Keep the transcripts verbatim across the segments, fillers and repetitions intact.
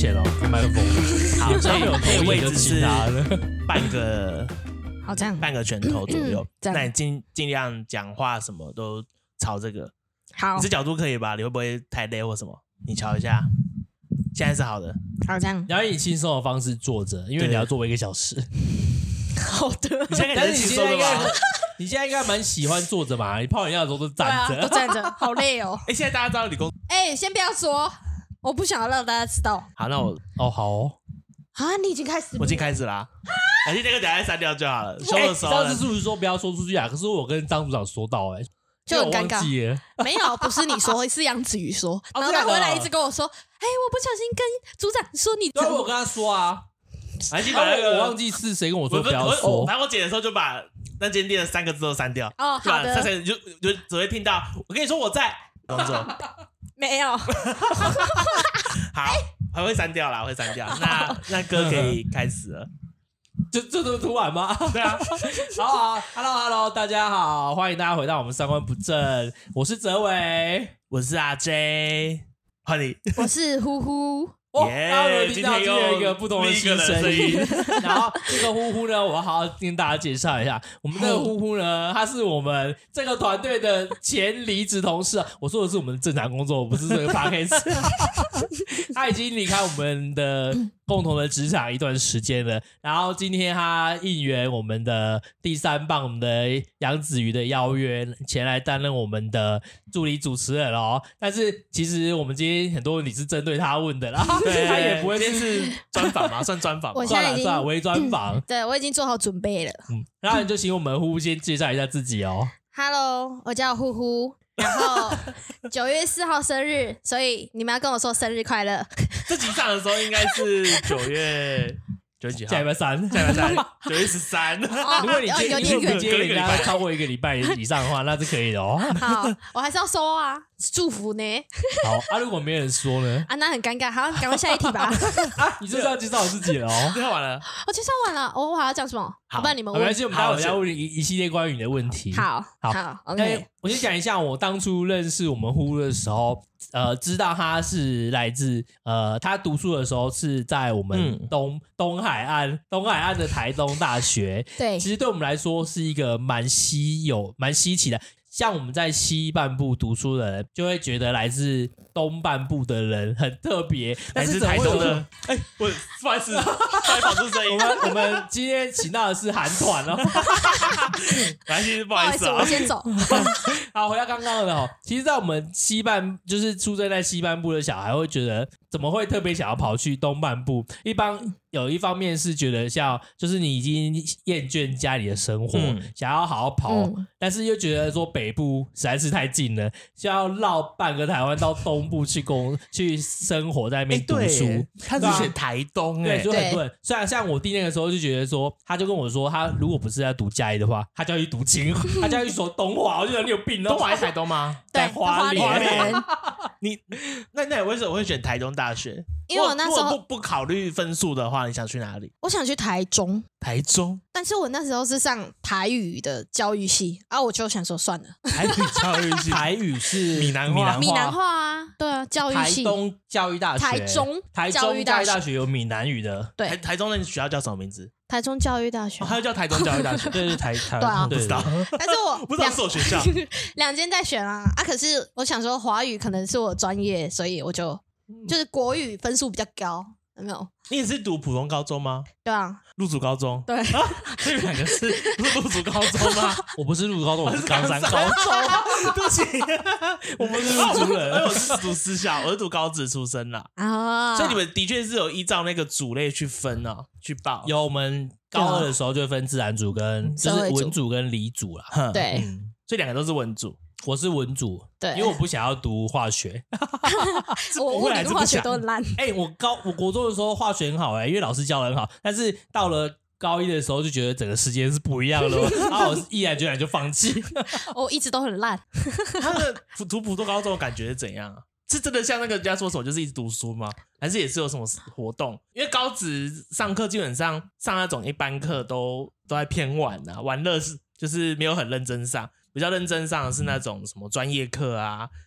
险哦，这麦克风。 好，所以有那个位置是他半个， 好这样， 半个拳头左右。 嗯、 那你尽尽量讲话什么都朝这个。 好， 你这角度可以吧？你会不会太累或什么？你瞧一下，现在是好的。 好这样， 你要以轻松的方式坐着，因为你要坐一个小时。 好的， 你现在开始轻松了吗？ 你现在应该蛮喜欢坐着嘛？你泡饮料的时候都站着、 啊，都站着，好累哦。 哎、欸，现在大家知道你工， 哎、欸，先不要说，我不想要让大家知道。 好，那我哦好哦， 啊，你已经开始， 我已经开始啦、啊。而且那个等下删掉就好了。收的时候， 上次是不是说不要说出去啊？可是我跟张组长说到、欸，哎， 就很尴尬。没有，不是你说，是杨子瑜说，然后他回来一直跟我说，哎、欸，我不小心跟组长说你。 对，我跟他说啊。还记得那个，我忘记是谁跟我说不要说。 然后我剪的时候就把那间店的三个字都删掉。 哦，好的。 三个就就只会听到我跟你说我在工作。 没有。 好，还会删掉啦，会删掉。那那歌可以开始了。 就就这么突然吗？ 对啊。 好好 ，Hello Hello， 大家好，欢迎大家回到我们三观不正。我是哲伟， 我是阿 J， 欢迎。 我是呼呼。 哦，大家有听到今天有一个不同的新声音，然后这个呼呼呢，我要好好跟大家介绍一下，我们这个呼呼呢，他是我们这个团队的前离职同事、啊，我说的是我们正常工作，不是这个 podcast 他已经离开我们的共同的职场一段时间了，然后今天他应援我们的第三棒，我们的杨子瑜的邀约，前来担任我们的助理主持人哦。但是其实我们今天很多问题是针对他问的啦。 对， 他也不会是专访嘛，算专访。 我现在已经算了，微专访、嗯。 对，我已经做好准备了。 嗯，然后你就请我们呼呼先介绍一下自己哦。 Hello， 我叫呼呼，然后九月四号生日，所以你们要跟我说生日快乐。 这集上的时候应该是九月。九月几号？ 下礼拜三， 下礼拜三，九月十三。 如果你接， 哦、 如果你接人家超过一个礼拜以上的话，那是可以的哦。 好，我还是要说啊，祝福呢。 好啊，如果没人说呢？ 啊，那很尴尬。好，赶快下一题吧。 啊，你这是要介绍我自己了哦。 介绍完了， 我介绍完了，我我还要讲什么？ 好， 不然你们问。 没关系，我们待会要问一一系列关于你的问题。 好， 好， 好 ，OK。 我先讲一下，我当初认识我们呼呼的时候，呃，知道他是来自呃，他读书的时候是在我们东、嗯、东海岸东海岸的台东大学。 对， 其实对我们来说是一个蛮稀有、蛮稀奇的。像我们在西半部读书的人，就会觉得来自东半部的人很特别。 来自台东的，哎、欸，我不好意思，再跑出声音。 我们我们今天请到的是韩团哦。 来，其实不好意思、啊， 我先走。 好，回到刚刚的哦。其实，在我们西半，就是出生在西半部的小孩，会觉得怎么会特别想要跑去东半部？一般有一方面是觉得像，就是你已经厌倦家里的生活，嗯、想要好好跑、嗯，但是又觉得说北部实在是太近了，就要绕半个台湾到东部去工去生活，在那边读书。欸、 他是选台东、欸，哎， 对，就很多人。虽然像我弟那个时候就觉得说，他就跟我说，他如果不是在读嘉义的话，他就要去读清华，他就要去说东华。我就觉得你有病哦。 东华是台东吗？ 在花莲。 你那那你为什么会选台东大学？ 因为我那时候不不考虑分数的话，你想去哪里？ 我想去台中。 台中， 但是我那时候是上台语的教育系啊，我就想说算了。 台语教育系， 台语是闽南话， 闽南话啊，对啊，教育系。 台东教育大学， 台中台中教育大学有闽南语的。 对， 台台中那学校叫什么名字？ 台中教育大学， 哦、还有叫台中教育大学， 对对台台， 对啊， 不知道， 但是我不知道是我学校， 两间在选啊啊！可是我想说华语可能是我专业，所以我就就是国语分数比较高，有没有？ 你也是读普通高中吗？ 对啊， 路竹高中。 对， 啊，这两个是路竹高中吗？ 我不是路竹高中，我是冈山高中。 对不起， 我不是路竹人， 因为我是读私校，我是读高职出身啦。 啊， 所以你们的确是有依照那个组类去分哦，去报。 有，我们高二的时候就会分自然组跟就是文组跟理组啦。 对、 嗯，所以两个都是文组。 我是文组， 对， 因为我不想要读化学。 我物理跟化学都很烂。 哎、欸，我高我国中的时候化学很好哎、欸，因为老师教的很好。但是到了高一的时候，就觉得整个世界是不一样的，然后我毅然决然就放弃。 我一直都很烂。 他的读普通高中的感觉是怎样啊？是真的像那个人家说什么，就是一直读书吗？还是也是有什么活动？因为高职上课基本上上那种一般课都都在偏玩啊，玩乐是就是没有很认真上。比较认真上的是那种什么专业课啊，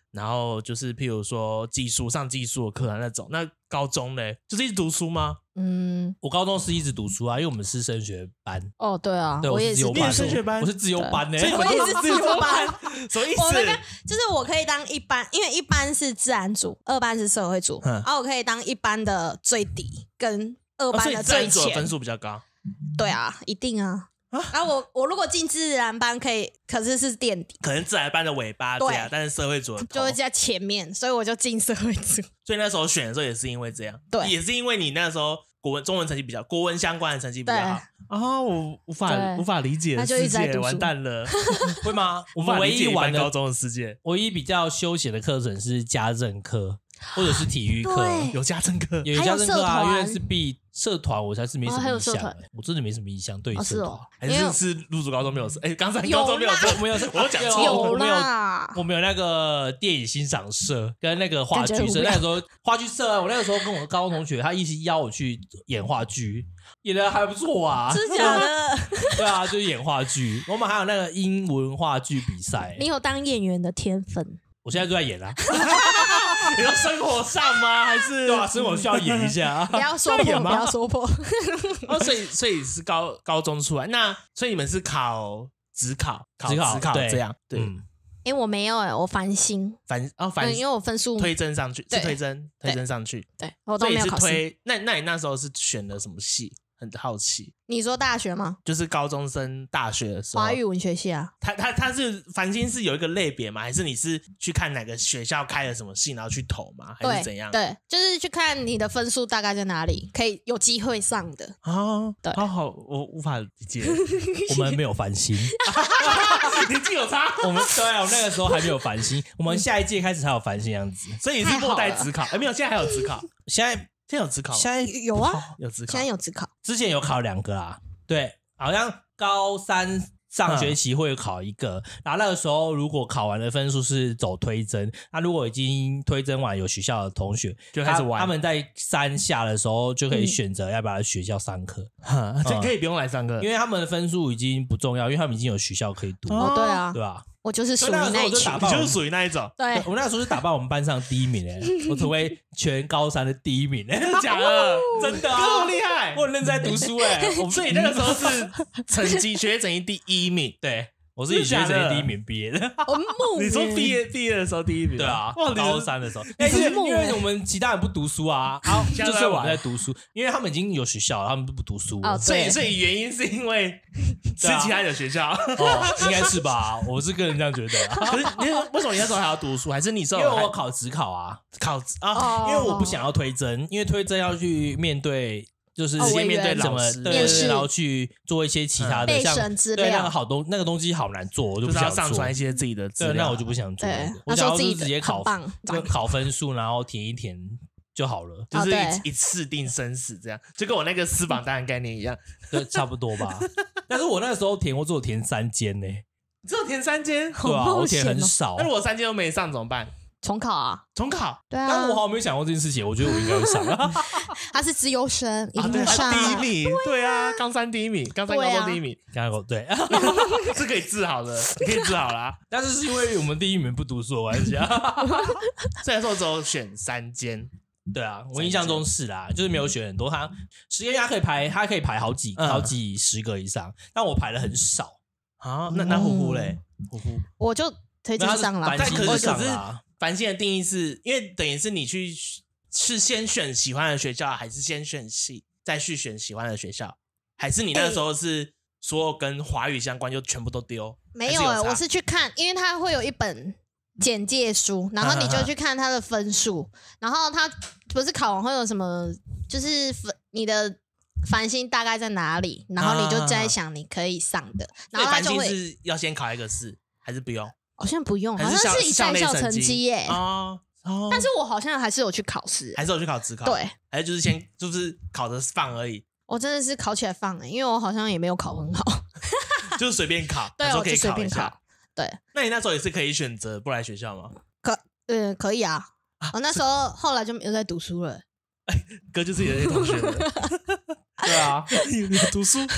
然后就是譬如说技术上技术的课啊那种。那高中嘞，就是一直读书吗？ 嗯， 我高中是一直读书啊，因为我们是升学班。 哦，对啊， 对，我也是自由班， 升学班， 我是自由班呢、 欸，我也是自由班。 什么意思？ 我那个就是我可以当一班，因为一班是自然组，二班是社会组，然后我可以当一班的最底跟二班的最前。 哦、所以自然组的分数比较高。 对啊，一定啊。啊，然后我我如果进自然班可以，可是是垫底， 可能自然班的尾巴这样，但是社会组的就会在前面，所以我就进社会组。 所以那时候选的时候也是因为这样， 对， 也是因为你那时候国文、中文成绩比较，国文相关的成绩比较好啊，我无法无法理解的世界，完蛋了， 会吗？ 我们唯一玩高中的世界， 唯一比较休闲的课程是家政课。或者是体育课， 有家政课， 有家政课啊，因为是必社团，我才是没什么印象、欸哦，我真的没什么印象对社团、哦， 还是是入主高中没有社，哎、欸，刚才高中没有社，没有，我讲错， 有我们有，我们有那个电影欣赏社跟那个话剧社，那个时候话剧社、啊，我那个时候跟我的高中同学，他一起邀我去演话剧，演的还不错啊， 真的假的？ 对啊，就是演话剧，我们还有那个英文话剧比赛、欸， 你有当演员的天分， 我现在就在演啊。 你说生活上吗？还是对啊，生活需要演一下、啊， 不要说破，不要说破。 哦，所以所以是高高中出来，那所以你们是考指考，考指考指考这样，对。 嗯哎、欸，我没有哎、欸，我繁星繁哦繁、嗯， 因为我分数推甄上去，是推甄推甄上去， 对，我都没有考试。 所以是推，那那你那时候是选了什么系？很好奇。 你说大学吗？ 就是高中升大学的时候， 华语文学系啊。 他他他是繁星是有一个类别吗？还是你是去看哪个学校开了什么系，然后去投吗？还是怎样？ 对，就是去看你的分数大概在哪里，可以有机会上的。 哦，对，好好，我无法理解。 我们没有繁星， 年纪有差。 我们对啊，我那个时候还没有繁星，我们下一届开始才有繁星样子。 所以你是末代指考？哎，没有，现在还有指考。 现在。 现在有指考， 现在有啊， 有指考， 现在有指考。 之前有考两个啦，对，好像高三上学期会有考一个，嗯、然后那个时候如果考完的分数是走推甄，那如果已经推甄完有学校的同学就开始玩， 他们在三下的时候就可以选择要不要来学校上课， 嗯、就可以不用来上课， 因为他们的分数已经不重要，因为他们已经有学校可以读。 哦，对啊， 对吧？ 我就是属于那一群， 你就是属于那一种。 对， 我那时候是打败我们班上第一名诶、欸，我成为全高三的第一名诶、欸， 真的假的？ 真的、啊， 这么厉害！ 我很认真在读书诶、欸， 所以那个时候是成绩学业成绩第一名， 对。我是以学业成绩第一名毕业的。 你说毕业毕业的时候第一名？ 对啊，高三的时候， 因为因为我们其他人不读书啊，好，就是我们在读书，因为他们已经有学校了，他们不读书， 哦、 所以所以原因是因为是其他有学校， 哦，应该是吧？我是个人这样觉得、啊。 可是你为什么你那时候还要读书？还是你说因为我考指考啊， 考啊、 哦， 因为我不想要推甄，因为推甄要去面对。就是直接面对怎么对，然后去做一些其他的，像对那个好东那个东西好难做，我就不想做。 上传一些自己的资料， 那我就不想做。我想要就直接考考分数，然后填一填就好了， 就是一一次定生死这样，就跟我那个私榜档案概念一样， 对，差不多吧。但是我那个时候填，我只有填三间呢， 只有填三间， 对啊，我填很少。 那如果三间都没上怎么办？ 重考啊， 重考。 对啊， 但我好像没想过这件事情，我觉得我应该会上。 他是资优生，一定上、啊、第一名。对啊，冈山第一名，冈山高中第一名。 刚刚对， 是可以治好的，你可以治好啦。 但是是因为我们第一名不读书的关系啊。 所以那时候只有选三间。 对啊，我印象中是啦，就是没有选很多。他实验他可以排，他可以排好几、嗯、好几十个以上，但我排的很少啊。那那呼呼嘞，呼呼， 我就推荐上了， 但可是可是。繁星的定义是因为等于是你去是先选喜欢的学校，还是先选系再去选喜欢的学校，还是你那时候是所有跟华语相关就全部都丢？ 没有、欸、我是去看，因为它会有一本简介书，然后你就去看它的分数，然后它不是考完会有什么，就是你的繁星大概在哪里，然后你就在想你可以上的，然后它就会繁星是要先考一个试还是不用？ 好像不用，好像是以在校成绩耶、欸哦哦。 但是我好像还是有去考试， 还是有去考指考， 对， 还是就是先就是考着放而已。 我真的是考起来放的、欸，因为我好像也没有考很好， 就是随便考， 对， 我可以随便考。 对， 那你那时候也是可以选择不来学校吗？ 可，呃，可以啊。啊我那时候后来就没有在读书了。 哥就是你的同学了。 对啊， 你读书。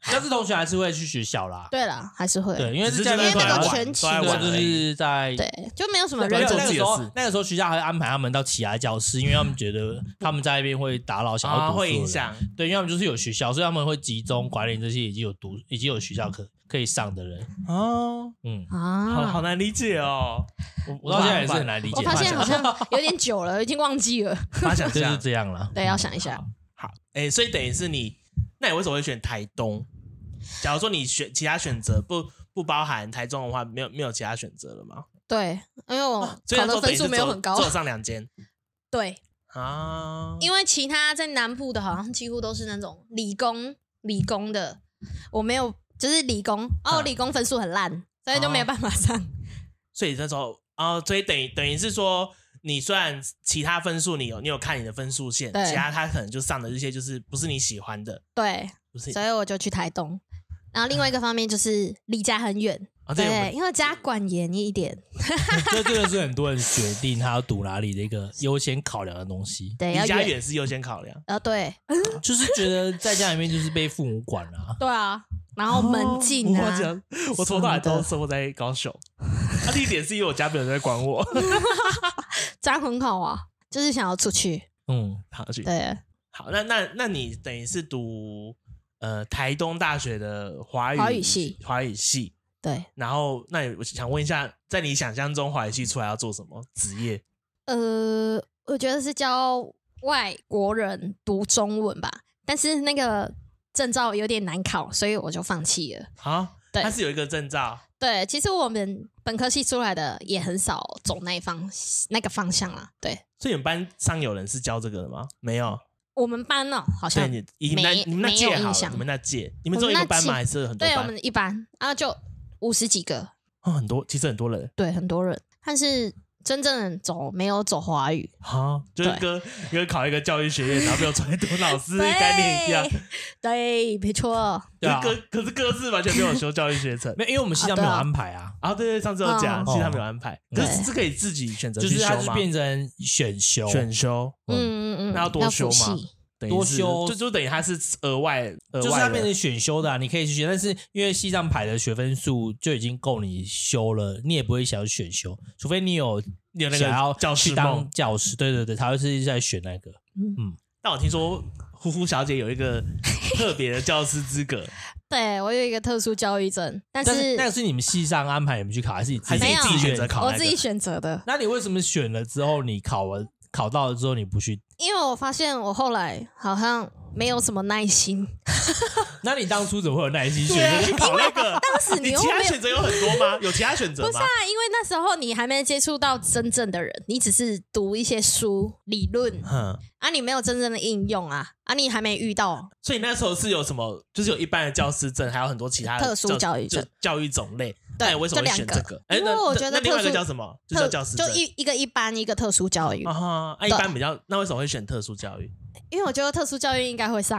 但是同学还是会去学校啦。 对啦，还是会。 对，因为是这样因为那个全期对，就是在对，就没有什么人人那个时候自己的事， 那个时候学校还会安排他们到其他教室，因为他们觉得他们在那边会打扰想要读书的人， 会影响。 对，因为他们就是有学校，所以他们会集中管理这些已经有读、已经有学校可可以上的人。 哦， 嗯啊， 好好难理解哦。 我我到现在也是很难理解。 我发现好像有点久了，已经忘记了。 发想就是这样了。 对，要想一下。 好，哎、欸，所以等于是你，那你为什么会选台东？假如说你选其他选择不不包含台中的话，没有没有其他选择了吗？ 对，因为我考的分数没有很高， 只有上两间。 对啊， 因为其他在南部的好像几乎都是那种理工理工的，我没有，就是理工哦，我理工分数很烂，所以就没有办法上。 所以那时候哦，所以等于等于是说，你虽然其他分数你有你有看你的分数线，其他他可能就上的这些就是不是你喜欢的， 对， 不是， 所以我就去台东。然后另外一个方面就是离家很远， 啊、 对，因为家管严一点。 这真的是很多人决定他要读哪里的一个优先考量的东西。 对， 离家远是优先考量。 啊，对， 就是觉得在家里面就是被父母管啊。 对啊，然后门禁啊， 哦、我我从头来都生活在高雄。啊，第一点是因为我家没有人在管我， 这样很好啊，就是想要出去。 嗯， 好去。 对， 好，那那那你等于是读呃台东大学的华语华语系， 华语系。 对。 然后，那我想问一下，在你想象中，华语系出来要做什么职业？ 呃，我觉得是教外国人读中文吧，但是那个证照有点难考，所以我就放弃了。 好， 对， 它是有一个证照。 对，其实我们本科系出来的也很少走那一方那个方向啦。对， 所以你们班上有人是教这个的吗？没有。 我们班哦，好像对你你们那你们那届好了，你们那届你们只有一个班吗？还是很多班？ 对，我们一班啊，就五十几个。 哦，很多，其实很多人。 对，很多人，但是真正走没有走华语， 好，就是跟跟考一个教育学院，然后没有出来读老师概念一样。 对，没错。 对啊，可可是各自完全没有修教育学程， 没，因为我们系上没有安排啊。 啊，对对，上次有讲，系上没有安排，可是是可以自己选择去修吗？ 就是它是变成选修， 选修。 嗯嗯嗯， 那要多修吗？ 多修就就等于它是额外，额外就是它变成选修的、啊，你可以去学，但是因为系上排的学分数就已经够你修了，你也不会想要选修，除非你有你有那个想要教师去当教师，对对对，他会是在选那个。嗯，嗯但我听说呼呼小姐有一个特别的教师资格， 对我有一个特殊教育证，但是, 但是那个是你们系上安排你们去考，还是你自己自己选择考、那個？ 我自己选择的。 那你为什么选了之后，你考完考到了之后你不去？ 因为我发现我后来好像没有什么耐心。 那你当初怎么会有耐心选择去考那个？ 当时你你其他选择有很多吗？有其他选择吗？ 不是啊，因为那时候你还没接触到真正的人，你只是读一些书理论， 嗯啊，你没有真正的应用啊，啊，你还没遇到。 所以那时候是有什么？就是有一般的教师证，还有很多其他的特殊教育证、 教育种类。 对， 那你为什么会选这个？ 因为我觉得那另外一个叫什么？就叫教师证， 就一一个一般，一个特殊教育。 啊，那一般比较，那为什么会选特殊教育？ 因为我觉得特殊教育应该会上。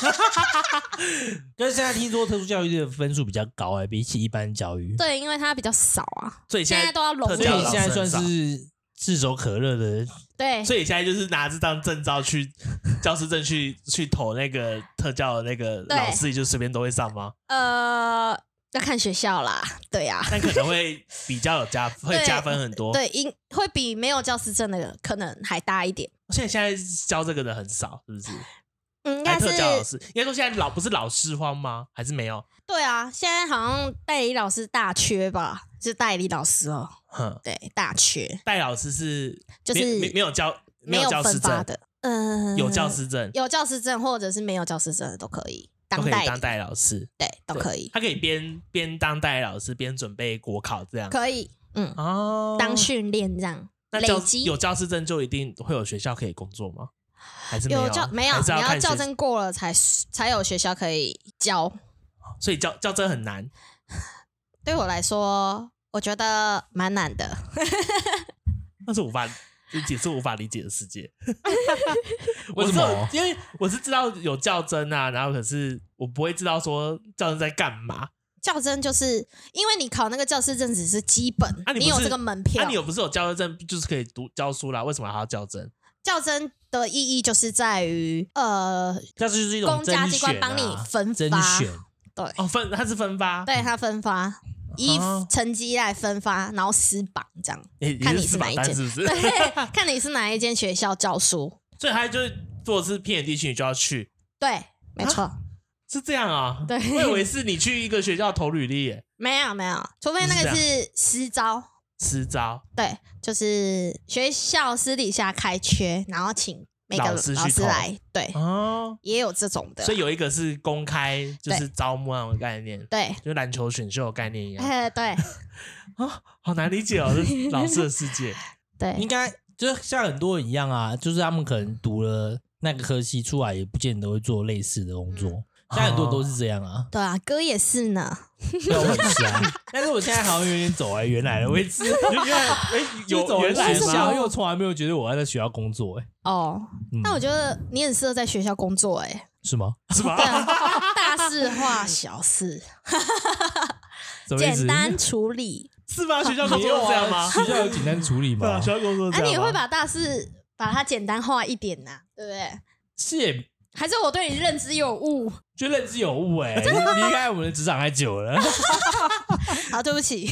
但是现在听说特殊教育的分数比较高哎、欸，比起一般教育。 对，因为它比较少啊。 所以现在, 现在都要笼， 所以你现在算是炙手可热的。 对， 所以现在就是拿这张证照去教师证去去投那个特教的那个老师，就随便都会上吗？ 呃，要看学校啦。对呀、啊， 但可能会比较有加，会加分很多。 对，应会比没有教师证的可能还大一点。 现在现在教这个的很少，是不是？ 嗯，应该是特教老师。应该说现在老不是老师荒吗？还是没有？ 对啊，现在好像代理老师大缺吧？是代理老师哦。 哼， 对，大缺。 代老师是就是没没有教没有教师证的，嗯、呃， 有教师证， 有教师证或者是没有教师证的都可以当代理， 都可以当代理老师， 对，都可以。 他可以边边当代理老师边准备国考，这样可以，嗯， 哦， 当训练这样。 那累积有教师证就一定会有学校可以工作吗？还是没有？ 有教没有？ 要你要教证过了才才有学校可以教， 所以教教证很难。 对我来说，我觉得蛮难的。 那是无法理解，是无法理解的世界。 为什么？ 因为我是知道有教证啊，然后可是我不会知道说教证在干嘛。 教证就是因为你考那个教师证只是基本， 啊、你, 你有这个门票， 啊、你有不是有教师证就是可以读教书啦？为什么还要教证？ 教证的意义就是在于呃， 这就是一种公家机关帮你分发， 甄选， 对， 哦，分它是分发， 对，它分发。依成绩来分发，然后撕榜这样， 欸、 看你是哪一间， 是不是？ 对，看你是哪一间学校教书。 所以他就是如果是偏远地区，你就要去。 对，没错、啊， 是这样啊。 对， 我以为是你去一个学校投履历耶。 没有没有，除非那个是私招。 私招， 对，就是学校私底下开缺，然后请每个老师来，对， 哦， 也有这种的。 所以有一个是公开，就是招募那种概念， 对， 就篮球选秀的概念一样。 哎，对， 啊，好难理解哦，这老师的世界。 对， 应该就像很多人一样啊，就是他们可能读了那个科系出来，也不见得会做类似的工作。 嗯现在很多人都是这样啊。 对啊，哥也是呢。 对，我也是啊。但是我现在好像有点走哎原来的位置。 原来哎，有走原来吗？ 因为我从来没有觉得我要在学校工作哎。 哦，那、嗯、我觉得你很适合在学校工作哎。 是吗？ 是吗？ 对啊，大事化小事，简单处理。 是吗？学校工作这样吗？ 学校有简单处理吗？ 学校工作这样吗？ 啊，你会把大事把它简单化一点呐、啊，对不对？ 是也。 还是我对你认知有误？ 就认知有误哎、欸，离开我们的职场太久了。 好，对不起。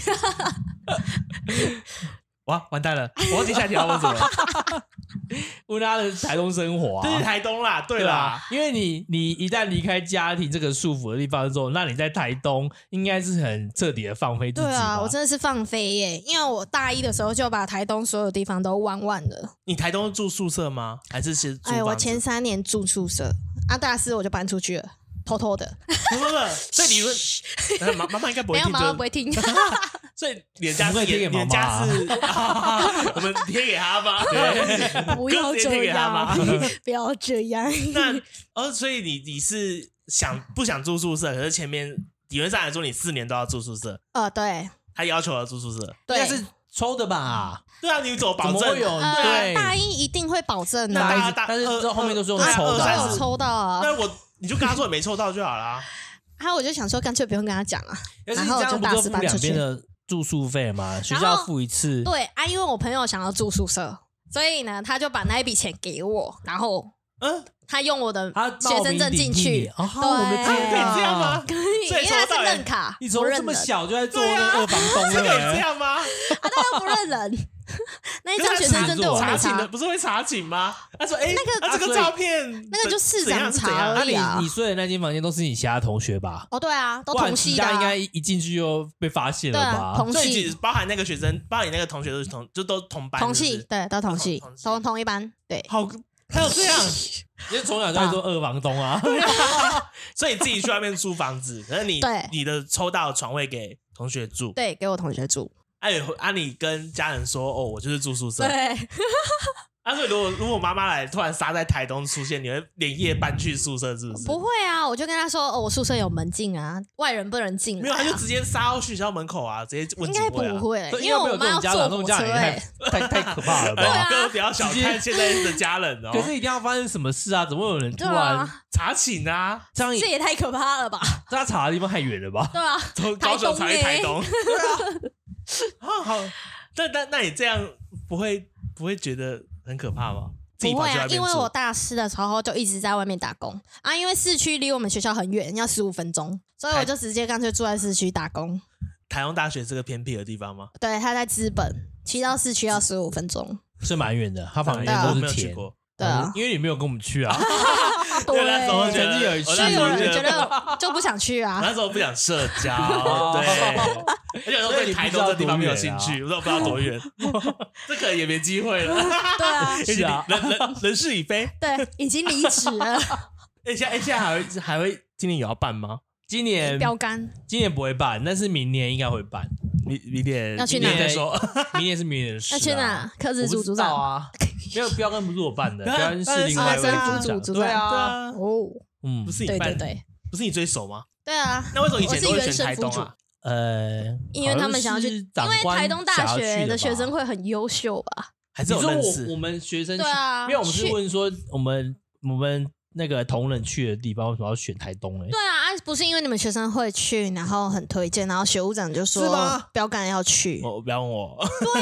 哇，完蛋了！我接下来要问什么？ 问他的台东生活、啊， 对台东啦，对啦， 因为你你一旦离开家庭这个束缚的地方之后，那你在台东应该是很彻底的放飞自己。 对啊，我真的是放飞耶，因为我大一的时候就把台东所有地方都玩完了。 你台东住宿舍吗？还是是住？ 哎，我前三年住宿舍，啊，大四我就搬出去了。偷偷的， 偷偷的，所以理论，妈妈妈应该不会听， 没有妈妈不会听， 所以你家是你你家是，我们贴给他吗？对， 不要这样，不要这样。 那哦，所以你你是想不想住宿舍？可是前面理论上来说，你四年都要住宿舍。 呃，对， 他要求要住宿舍， 对， 应该是抽的吧？ 对啊，你怎么保证？ 怎么会有？ 呃、 对， 大一一定会保证的、 啊，但是之后后面都是用抽的、 啊，我有抽到啊。 那我。你就跟他说你没抽到就好了、啊。 然后我就想说，干脆不用跟他讲啊。然后我就大四搬出去。 的住宿费嘛，学校付一次。 对啊，因为我朋友想要住宿舍，所以呢，他就把那一笔钱给我，然后嗯，他用我的学生证进去。 哦，我们可以这样吗？ 可以，因为他是认卡。 你从这么小就在做那二房东了， 可以这样吗？ 啊，他又不认人。那一张学生证对我没查，的不是会查寝吗？他说：“哎、欸， 那个、 啊、这个照片， 那个就市长查而已啊。 你你睡的那间房间都是你其他同学吧？ 哦，对啊，都同系的、啊。 应该一进去就被发现了吧？ 啊、同系， 包含那个学生，包含你那个同学都是同，就都同班是不是， 同系，对，都同系，同同, 同一班，对。 好，还有这样， 你是从小就在做二房东啊？ 所以你自己去外面租房子，可是你你的抽到床位给同学住， 对，给我同学住。” 哎，啊！你跟家人说哦，我就是住宿舍。 对。 啊，所以如果如果妈妈来突然杀在台东出现，你会连夜搬去宿舍是不是？ 不会啊，我就跟他说哦，我宿舍有门禁啊，外人不能进来、啊。 没有，他就直接杀到学校门口啊，直接问警卫、啊。 应该不会，因为我妈要坐火车、欸， 太太可怕了吧？ 对啊， 哥不要小看现在的家人哦。 可是一定要发生什么事啊？怎么会有人突然查寝啊？ 这样这也太可怕了吧？ 他查的地方太远了吧？ 对啊， 从高雄查去台东。对啊。好好，但但那你这样不会不会觉得很可怕吗？ 不会啊，因为我大四的时候就一直在外面打工啊，因为市区离我们学校很远，要十五分钟，所以我就直接干脆住在市区打工。 台东大学是个偏僻的地方吗？ 对，它在资本，骑到市区要十五分钟， 是蛮远的。它旁边都是田， 对啊， 因为你没有跟我们去啊。 对， 那时候曾经有一次， 所以有人觉得就不想去啊。 那时候不想社交，对，而且说对台东这地方没有兴趣，我都不知道多远，这可能也没机会了。 对啊， 是啊，人人人事已非， 对，已经离职了。 哎，现在哎，现在还会还会今年有要办吗？ 今年标杆， 今年不会办，但是明年应该会办。 明明年要去哪？ 再说， 明年是明年的事。 要去哪？科职组组长啊，没有标杆不是我办的，标杆是另外一位组长。 对啊， 哦， 嗯，不是你办， 对对对， 不是你追手吗？ 对啊， 那为什么以前都会选台东啊？ 呃， 因为他们想要去，因为台东大学的学生会很优秀吧？ 还是有认识？ 我们学生对啊， 因为我们是问说，我们我们那个同仁去的地方，为什么要选台东呢？ 对啊，不是因为你们学生会去，然后很推荐，然后学务长就说， 是吗？ 标杆要去。 哦，不要问我。 对呀，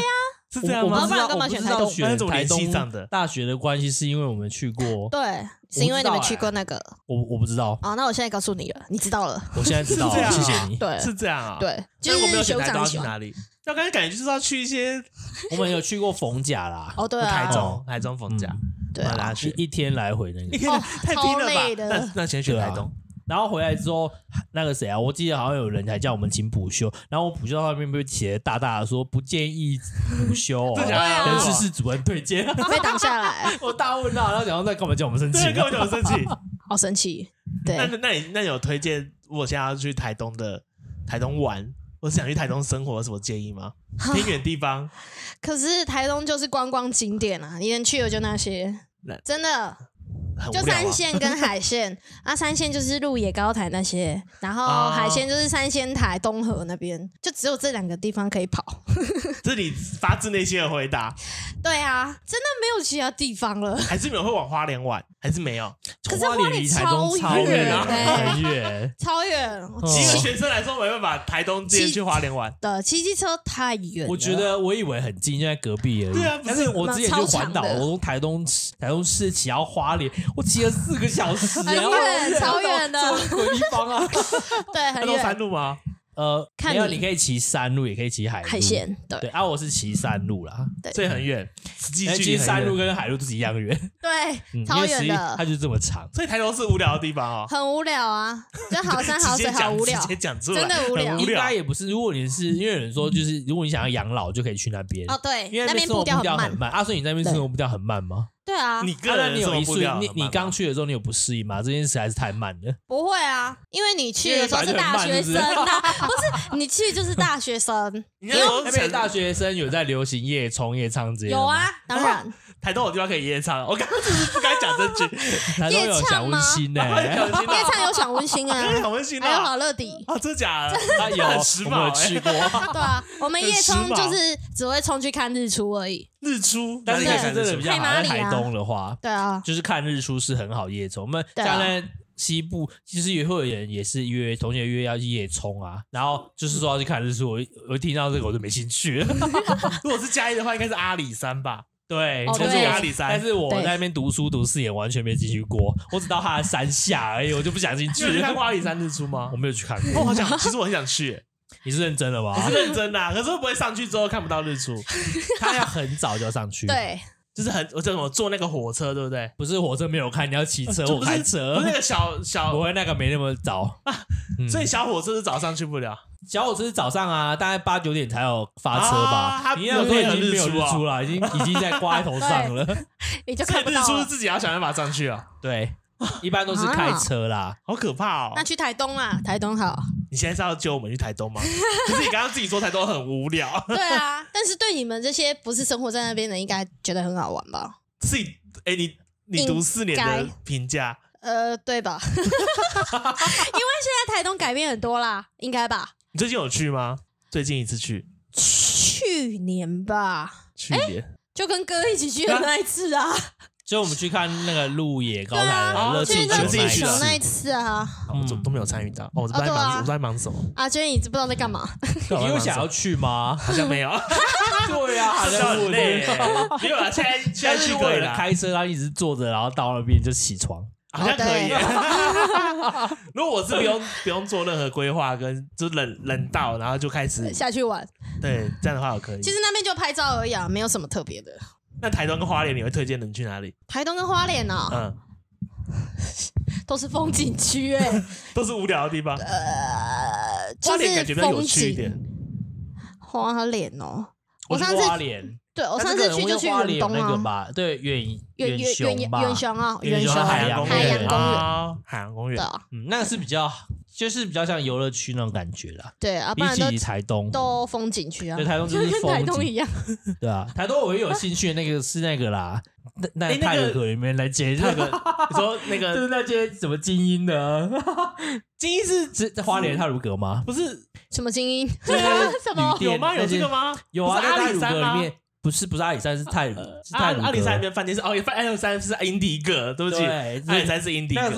是这样吗？ 我不知道， 干嘛我不知道选台东选台东上的大学的关系，是因为我们去过。 对，是因为你们去过那个。 我我不知道。 哦，那我现在告诉你了，你知道了。 我现在知道了，谢谢你。 对， 是这样啊。 对，就是学长长去哪里？要刚才感觉就是要去一些， 我们有去过逢甲啦。 哦，对啊， 台中，台中逢甲， 对啊， 一一天来回那个， 一天太拼了吧？那那先去台东。 然后回来之后，那个谁啊，我记得好像有人还叫我们请补休，然后我补休上面被写大大的说不建议补休哦，人事室主任推荐， 被挡下来。 我大问号，然后讲那干嘛叫我们生气？ 对，干嘛叫我们生气？ 好生气。对， 那那你那你有推荐我现在要去台东的台东玩，或是想去台东生活有什么建议吗？偏远地方， 可是台东就是观光景点啊，你能去的就那些，真的。就三线跟海线啊，三线就是鹿野高台那些，然后海线就是三仙台东河那边，就只有这两个地方可以跑。 这是你发自内心的回答。 对啊，真的没有其他地方了。 还是没有会往花莲玩？还是没有？ 可是花莲离台东超远啊，很远， 超远。 一个学生来说没办法，台东直接去花莲玩。 对，骑机车太远。 我觉得我以为很近，就在隔壁而已。 对啊， 但是我之前去环岛，我从台东台东市骑到花莲，我骑了四个小时， 很远，超远的， 鬼地方啊！ 对，很远。 山路吗？ 呃，没有，你可以骑山路，也可以骑海路。 海线，对对啊，我是骑山路啦， 所以很远。 其实山路跟海路都是一样远， 对，超远的。 它就是这么长， 所以台东是无聊的地方哦， 很无聊啊，就好山好水，好无聊， 直接讲出来， 真的无聊。 应该也不是，如果你是因为有人说，就是如果你想要养老，就可以去那边哦，对， 因为那边步调很慢。啊，所以你那边生活步调很慢吗？ 对啊， 你个人你有一适应，你你刚去的时候你有不适应吗？这件事还是太慢了。 不会啊，因为你去的时候是大学生啊，不是你去就是大学生。 因为那边大学生有在流行夜冲夜唱这些有啊，当然。 台东有地方可以夜唱，我刚刚就是不该讲这句。 台东有享温馨呢， 夜唱有享温馨啊， 享温馨还有好乐迪啊，真的假的？ 他有，我们有去过。 对啊，我们夜冲就是只会冲去看日出而已。 日出， 但是也是真的比较好。在台东的话， 对啊， 就是看日出是很好夜冲。我们像在西部，其实也会有人也是约同学约要去夜冲啊，然后就是说要去看日出。我我听到这个我就没兴趣了。 如果是嘉义的话，应该是阿里山吧。 对， 就是阿里山， 但是我在那边读书读四年，完全没进去过，我只到它的山下而已，我就不想进去。 你有看过阿里山日出吗？ 我没有去看过。 我好想，其实我很想去。 你是认真的吗？ 我是认真的、啊，可是会不会上去之后看不到日出？ 他要很早就要上去。 对， 就是很我叫什么坐那个火车，对不对？ 不是火车没有开，你要骑车或开车。 不是那个小小， 不会那个没那么早啊、 嗯，所以小火车是早上去不了。 小火车是早上啊，大概八九点才有发车吧。 啊、 你那时候已经没有日出了，已经已经在挂在头上了。 你就看不到了。 日出是自己要想办法上去啊。 对，一般都是开车啦， 好可怕哦。 那去台东啦，台东好。 你现在是要揪我们去台东吗？可是你刚刚自己说台东很无聊。 对啊，但是对你们这些不是生活在那边的，应该觉得很好玩吧？ 是，哎、欸，你你读四年的评价， 呃，对吧？因为现在台东改变很多啦，应该吧？ 你最近有去吗？最近一次去？ 去年吧。 去年、 欸、就跟哥一起去的那一次啊。 就我们去看那个鹿野高台的热气球那一次啊， 我都都没有参与到。哦，我在忙，啊、我在忙什么？ 阿娟，你知不知道在干嘛？ 你有想要去吗？ 好像没有。 对啊，好像很累。没有啦，现在现在去可以了。 开车，然后一直坐着，然后到那边就起床， 好像可以。如果我是不用不用做任何规划，跟就冷冷到，然后就开始下去玩。 对，这样的话我可以。 其实那边就拍照而已啊，没有什么特别的。 那台东跟花莲，你会推荐人去哪里？ 台东跟花莲哦，嗯，都是风景区哎、欸， 都是无聊的地方。 呃， 花莲感觉比较有趣一点。 花莲哦， 我上次花莲， 对我上次去就去远东那个吧，对，远远雄吧， 远雄啊，远雄海洋海洋公园，海洋公园， 嗯，那个是比较。就是比较像游乐区那种感觉啦， 对啊， 比起台东都风景区啊， 对，台东就是风景， 跟台东一样， 对啊，台东我也有兴趣的那个是那个啦，那那泰鲁阁里面来接那个， 你说那个就是那些什么精英的，精英是指花莲泰鲁阁吗？ 不是什么精英， 就是什么有吗？有这个吗？ 有啊，在泰鲁阁里面。不是不是阿里山是泰鲁，是泰鲁阁。 阿里山那边饭店是哦，阿里山是英迪阁，对不起，阿里山是英迪阁。 那是我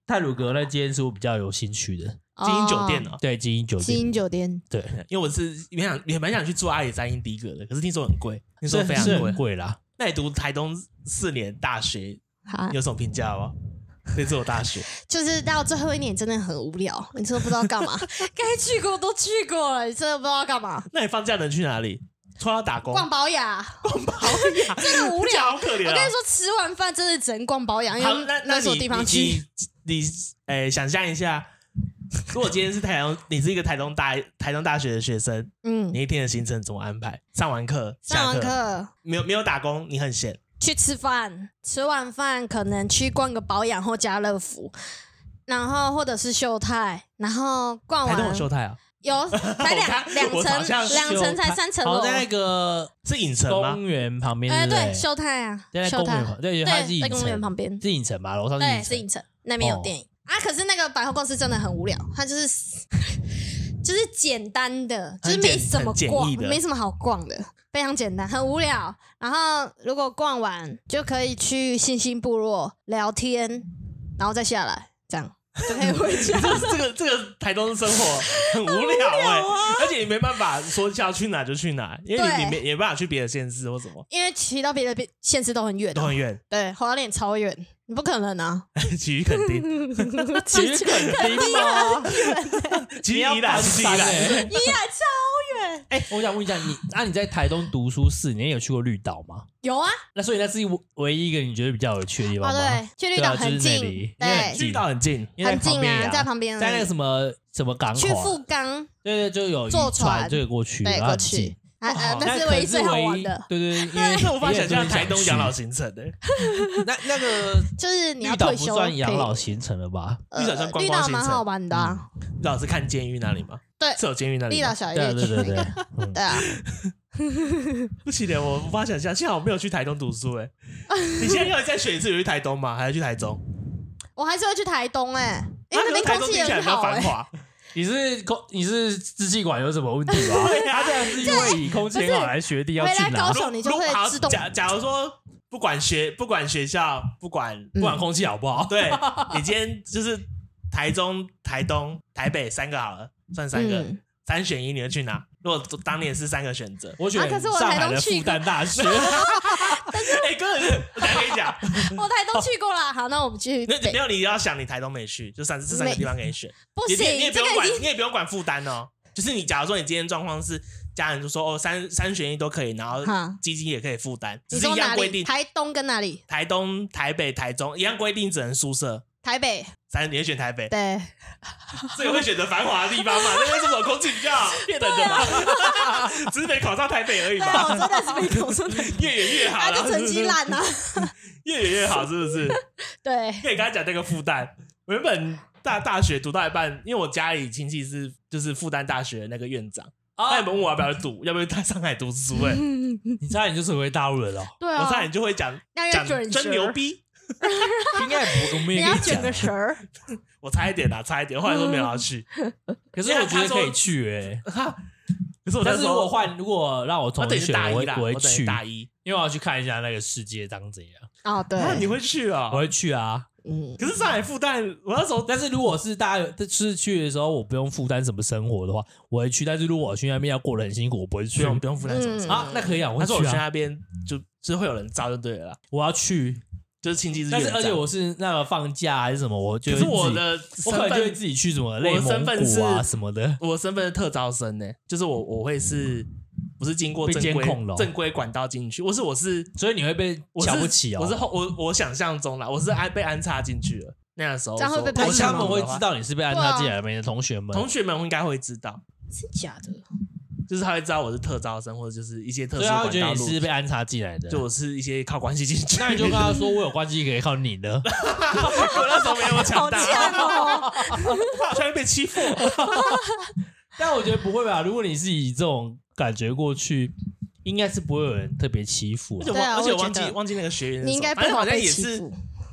太鲁阁那间是我比较有兴趣的。 精英酒店哦， 对，精英酒店， 精英酒店， 对， 因为我是也想也蛮想去住阿里山英迪格的，可是听说很贵，听说非常贵， 很贵啦。 那你读台东四年大学有什么评价吗？对这所大学， 就是到最后一年真的很无聊，你真的不知道干嘛，该去过都去过了，你真的不知道干嘛。 那你放假能去哪里？除了打工， 逛保养， 逛保养， 真的无聊， 好可怜、啊。 我跟你说，吃完饭真的只能逛保养，因为那那所地方去。 你你诶、欸，想象一下。如果今天是台东，你是一个台东大台东大学的学生，嗯，你一天的行程怎么安排？上完课， 上完课没有没有打工，你很闲， 去吃饭，吃完饭可能去逛个保养或家乐福，然后或者是秀泰，然后逛完台东有秀泰啊， 有才两两层，两层才三层楼， 在那个是影城吗？ 公园旁边， 哎， 对， 秀泰啊， 在公园旁，对，它是影城， 在公园旁边， 是影城吧？楼上对，是影城，那边有电影。啊！可是那个百货公司真的很无聊，它就是就是简单的，就是没什么逛，没什么好逛的，非常简单，很无聊。然后如果逛完就可以去星星部落聊天，然后再下来，这样就可以回家。 这个这个台东的生活很无聊哎、欸啊，而且你没办法说要去哪就去哪，因为你你没也没办法去别的县市或什么， 因为骑到别的县市都很远、啊， 都很远。 对，花莲超远。你不可能啊！ 骑去垦丁， 骑去垦丁吗？ 骑宜兰，骑宜兰， 宜兰超远。 哎、欸，我想问一下你，啊，你在台东读书四年，有去过绿岛吗？ 有啊。 那所以那是唯一一个你觉得比较有趣的地方吗？ 啊、对，去绿岛很近， 对， 对， 绿岛很近， 很近啊，在旁边， 在那个什么什么港口、啊， 去富冈， 对对，就有坐船就过去， 对，过去。啊呃，那是唯一最好玩的， 对对对，因为那无法想象台东养老行程的、欸， 那那个就是你要退休， 绿岛不算养老行程了吧？ 绿岛算观光行程，绿岛蛮好玩的啊。 绿岛是看监狱那里吗？ 对， 是有监狱那里。 绿岛小夜对对对对， 对啊。 不起的，我无法想象，幸好我没有去台东读书哎、欸。你现在要再选一次，有去台东吗？还是去台中？ 我还是会去台东哎、欸，因为那边空气也很好哎、欸。 你是空你是支气管有什么问题吗？他这样是因为以空气很好来学弟要去哪？ 回来高雄你就会自动。 假假如说不管学不管学校不管、嗯、 不管空气好不好， 对你今天就是台中、台东、台北三个好了，算三个，嗯、三选一，你会去哪？如果当年是三个选择， 我选上海的复旦大学。 但是， 哎、欸，哥，我再跟你讲， 我台东去过了。好，那我们去。 没有，你要想你台东没去，就三这三个地方可以选。 不行， 你也不用管，你也不用管负担哦。就是你，假如说你今天状况是家人就说哦三三选一都可以，然后基金也可以负担，只是一样规定。 台东跟哪里？ 台东、台北、台中一样规定，只能宿舍。 台北， 三你也选台北， 对， 所以会选择繁华的地方嘛？那边是什么空气比较好？骗人的嘛，只是没考上台北而已嘛。 对，我真的是没考上台北， 越远越好， 他就成绩烂啊， 越远越好，是不是？ 对， 可以跟他讲那个复旦，我原本大大学读到一半，因为我家里亲戚是就是复旦大学的那个院长。他也问我要不要读，要不要在上海读书、欸？哎， 你差点就是回大陆人了。 对啊， 我差点就会讲讲真牛逼。 应该不，我们也可以讲个神儿。 我差一点啦，差一点，后来说没有要去。 可是我觉得可以去哎、欸。 可是我但是如果换，如果让我重新选，我会我会去大一， 因为我要去看一下那个世界长怎样。 哦，对， 啊、你会去啊、 哦？我会去啊。 嗯， 可是上海复旦，我那时候， 但是如果是大家是去的时候，我不用负担什么生活的话，我会去。但是如果我去那边要过得很辛苦，我不会去。 不用不用负担什么生活、 嗯、啊？那可以啊，我会去啊。 但是我去那边就就会有人招就对了啦。 我要去。 就是亲戚是， 但是而且我是那个放假还是什么，我就可是我的我可能就会自己去什么内蒙古啊什么的。 我的身份是特招生呢、欸，就是我我会是不是经过正规正规管道进去？我是我是， 所以你会被瞧不起哦。 我是后我我想象中啦，我是安被安插进去了。那个时候， 这样会被拍他们会知道你是被安插进来的，你的同学们， 同学们应该会知道， 是假的。 就是他会知道我是特招生，或者就是一些特殊管道路， 所以他会觉得你是被安插进来的， 就我是一些靠关系进去。 那你就跟他说，我有关系可以靠你的。 我那时候没有强大， 好哦、我好像被欺负。 但我觉得不会吧？如果你是以这种感觉过去，应该是不会有人特别欺负、啊。 而且我、 啊、 而且我忘记忘记那个学员， 你应该不好像也是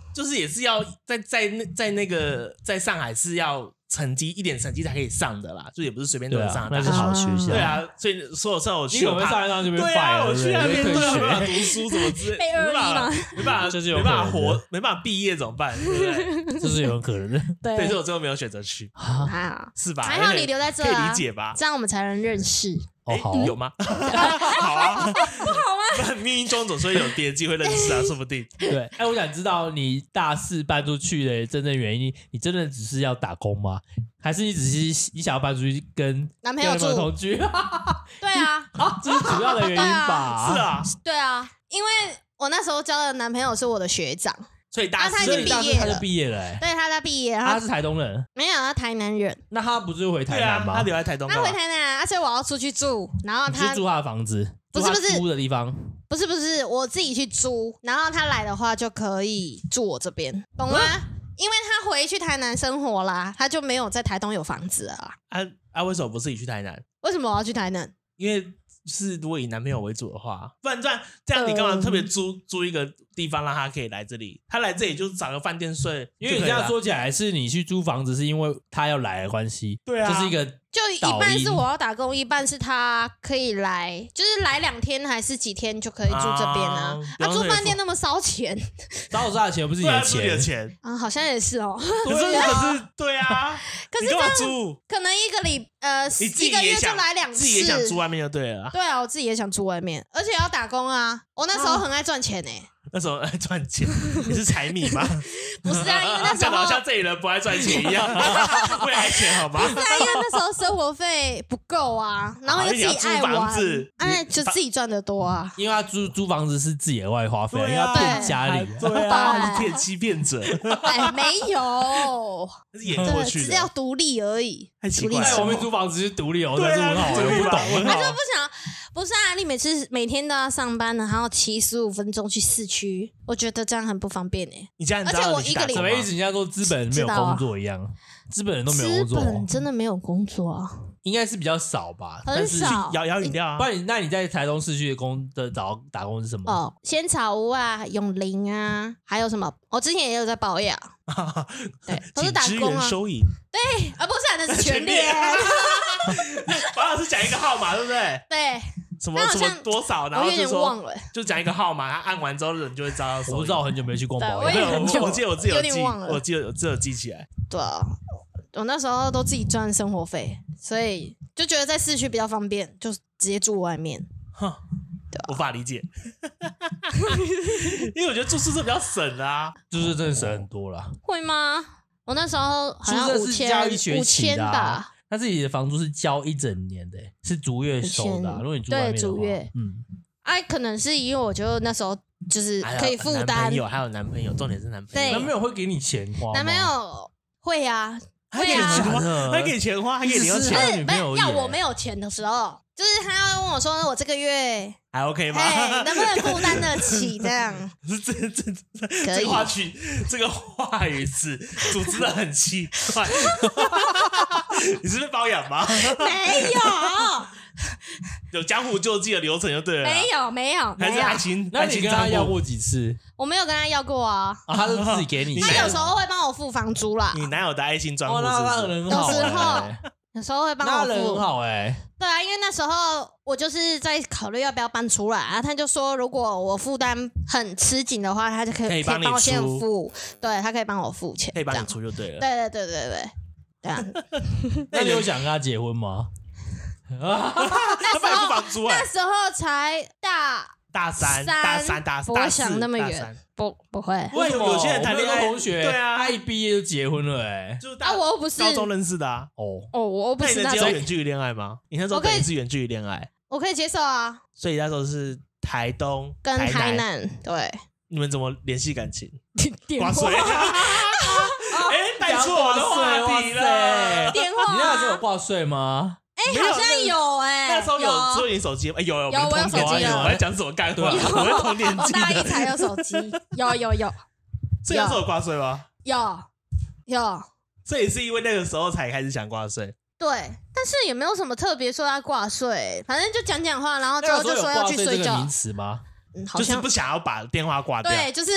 就是也是要在在那在那个在上海是要成绩一点成绩才可以上的啦，就也不是随便都能上的。 那是好学校。 对啊，所以所有时候我去， 你有没有上一上就被对啊，我去那边对没办法读书，怎么之类， 被二一吗？ 没办法，就是没办法活，没办法毕业怎么办？对不对？ 这是有可能的。 对， 所以我最后没有选择去， 还好是吧？ 还好你留在这， 可以理解吧？ 这样我们才能认识。 哦，好， 有吗？好啊，不好吗？命运中总是会有别的机会认识啊，说不定。 对，哎，我想知道你大四搬出去的真正原因，你真的只是要打工吗？还是你只是你想要搬出去跟男朋友住同居？ 对啊， 啊，这是主要的原因吧？ 是啊， 对啊，因为我那时候交的男朋友是我的学长。 所以大他已经毕业了， 他就毕业了、欸， 对，他在毕业， 他是台东人， 没有，他台南人。 那他不是回台南吗？ 啊、他留在台东， 他回台南、啊，所以我要出去住，然后他去住他的房子， 不是不是租的地方， 不是不是，我自己去租，然后他来的话就可以住我这边，懂吗？嗯、因为他回去台南生活啦，他就没有在台东有房子了啦。 啊啊，为什么不自己去台南？ 为什么我要去台南？ 因为就是如果以男朋友为主的话，不然这样这样你干嘛特别租、嗯、租一个地方让他可以来这里？他来这里就找个饭店睡， 因为你这样说起来是你去租房子是因为他要来的关系， 对啊， 这是一个就一半是我要打工，一半是他可以来，就是来两天还是几天就可以住这边啊。啊，住饭店那么烧钱， 烧我的钱不是你的钱， 不是你的钱啊，好像也是哦。 可是可是对啊， 可是你干嘛租？ 可能一个礼呃你自己一个月就来两次， 自己也想住外面就对了。 对啊，我自己也想住外面，而且要打工啊。我那时候很爱赚钱诶、欸。 那时候爱赚钱，你是财迷吗？ 不是啊，因为那时候好像这里人不爱赚钱一样，会爱钱好吗？ 不是啊，因为那时候生活费不够啊，然后又自己爱玩，哎，就自己赚的多啊。 因为他租租房子是自己额外花费，因为要骗家里， 对啊，骗欺骗者。 哎，没有， 是演过去的， 只是要独立而已。 太奇怪了， 在我们租房子是独立哦，但是很好，我不懂， 他就不想。不是啊，你每次每天都要上班，然后骑十五分钟去市区，我觉得这样很不方便哎、欸。 你这样， 而且我一个礼拜什么意思？人家说资本人没有工作一样，资、啊、本人都没有工作， 资本真的没有工作啊？ 应该是比较少吧， 很少。 摇摇饮料啊， 不然你那你在台东市区的工的找打工是什么？ 哦，仙草屋啊，永林啊，还有什么？我之前也有在保养，对，都是打工啊。 收银， 对啊，不是、啊，那是全联。 保老师讲一个号码，对不对？ 对。 什么什么多少，然后就说就讲一个号码，他按完之后人就会知道。 我不知道，我很久没去逛保养， 我也很久， 我记得我自己有记， 忘了我记得我自己有记起来。 对啊，我那时候都自己赚生活费，所以就觉得在市区比较方便，就直接住外面。 哼，对、啊，无法理解，因为我觉得住宿舍比较省啊， 住宿真的省很多啦。 会吗？我那时候好像五千五千吧。 他自己的房租是交一整年的，是逐月收的、啊。如果你住外面的话， 对，逐月， 嗯， 哎、啊，可能是因为我觉得那时候就是可以负担。 男朋友还有男朋友，重点是男朋友。 男朋友会给你钱花吗？ 男朋友会啊， 会给钱花，还给钱花，还给你要钱。 女朋友要我没有钱的时候，就是他要问我说，我这个月还 OK 吗？ 哎，能不能负担得起？这样是这这这个话剧，这个话语词组织的很奇怪。你是被包养吗？ 没有， 有江湖救济的流程就对了。 没有，没有， 还是爱情？ 那你跟他要过几次？ 我没有跟他要过啊。 啊，他是自己给你。 他有时候会帮我付房租啦。 你男友的爱心专户是不是？哦，那人很好。 有时候，有时候会帮我付。 那人很好哎、欸。 对啊，因为那时候我就是在考虑要不要搬出来啊。他就说，如果我负担很吃紧的话，他就可以可以帮我先付。对，他可以帮我付钱， 可以帮你出就对了。 对对对对对。对啊， 那你有想跟他结婚吗？ 那时候那时候才大大三，大三大不会想那么远，不不会。 为什么有些人谈恋爱，同学对啊， 他一毕业就结婚了哎、 欸， 啊，我又不是高中认识的啊。 哦哦，我不是那种远距离恋爱吗？你那时候等于是远距离恋爱， 我可以接受啊。 所以那时候是台东跟台南，对。 你们怎么联系感情？ 挂水。哎，带错我的话题了。 电话， 你那时候有挂税吗？ 哎，好像有哎。 那时候有智慧型手机，哎，有有有，我有手机了。 我在讲什么干话？我会同年纪。 大一才有手机，有有有。 这那时候有挂税吗？ 有有。 这也是因为那个时候才开始想挂税。 对，但是也没有什么特别说要挂税，反正就讲讲话，然后之后就说要去睡觉。 名词吗？ 嗯， 就是不想要把电话挂掉。 对，就是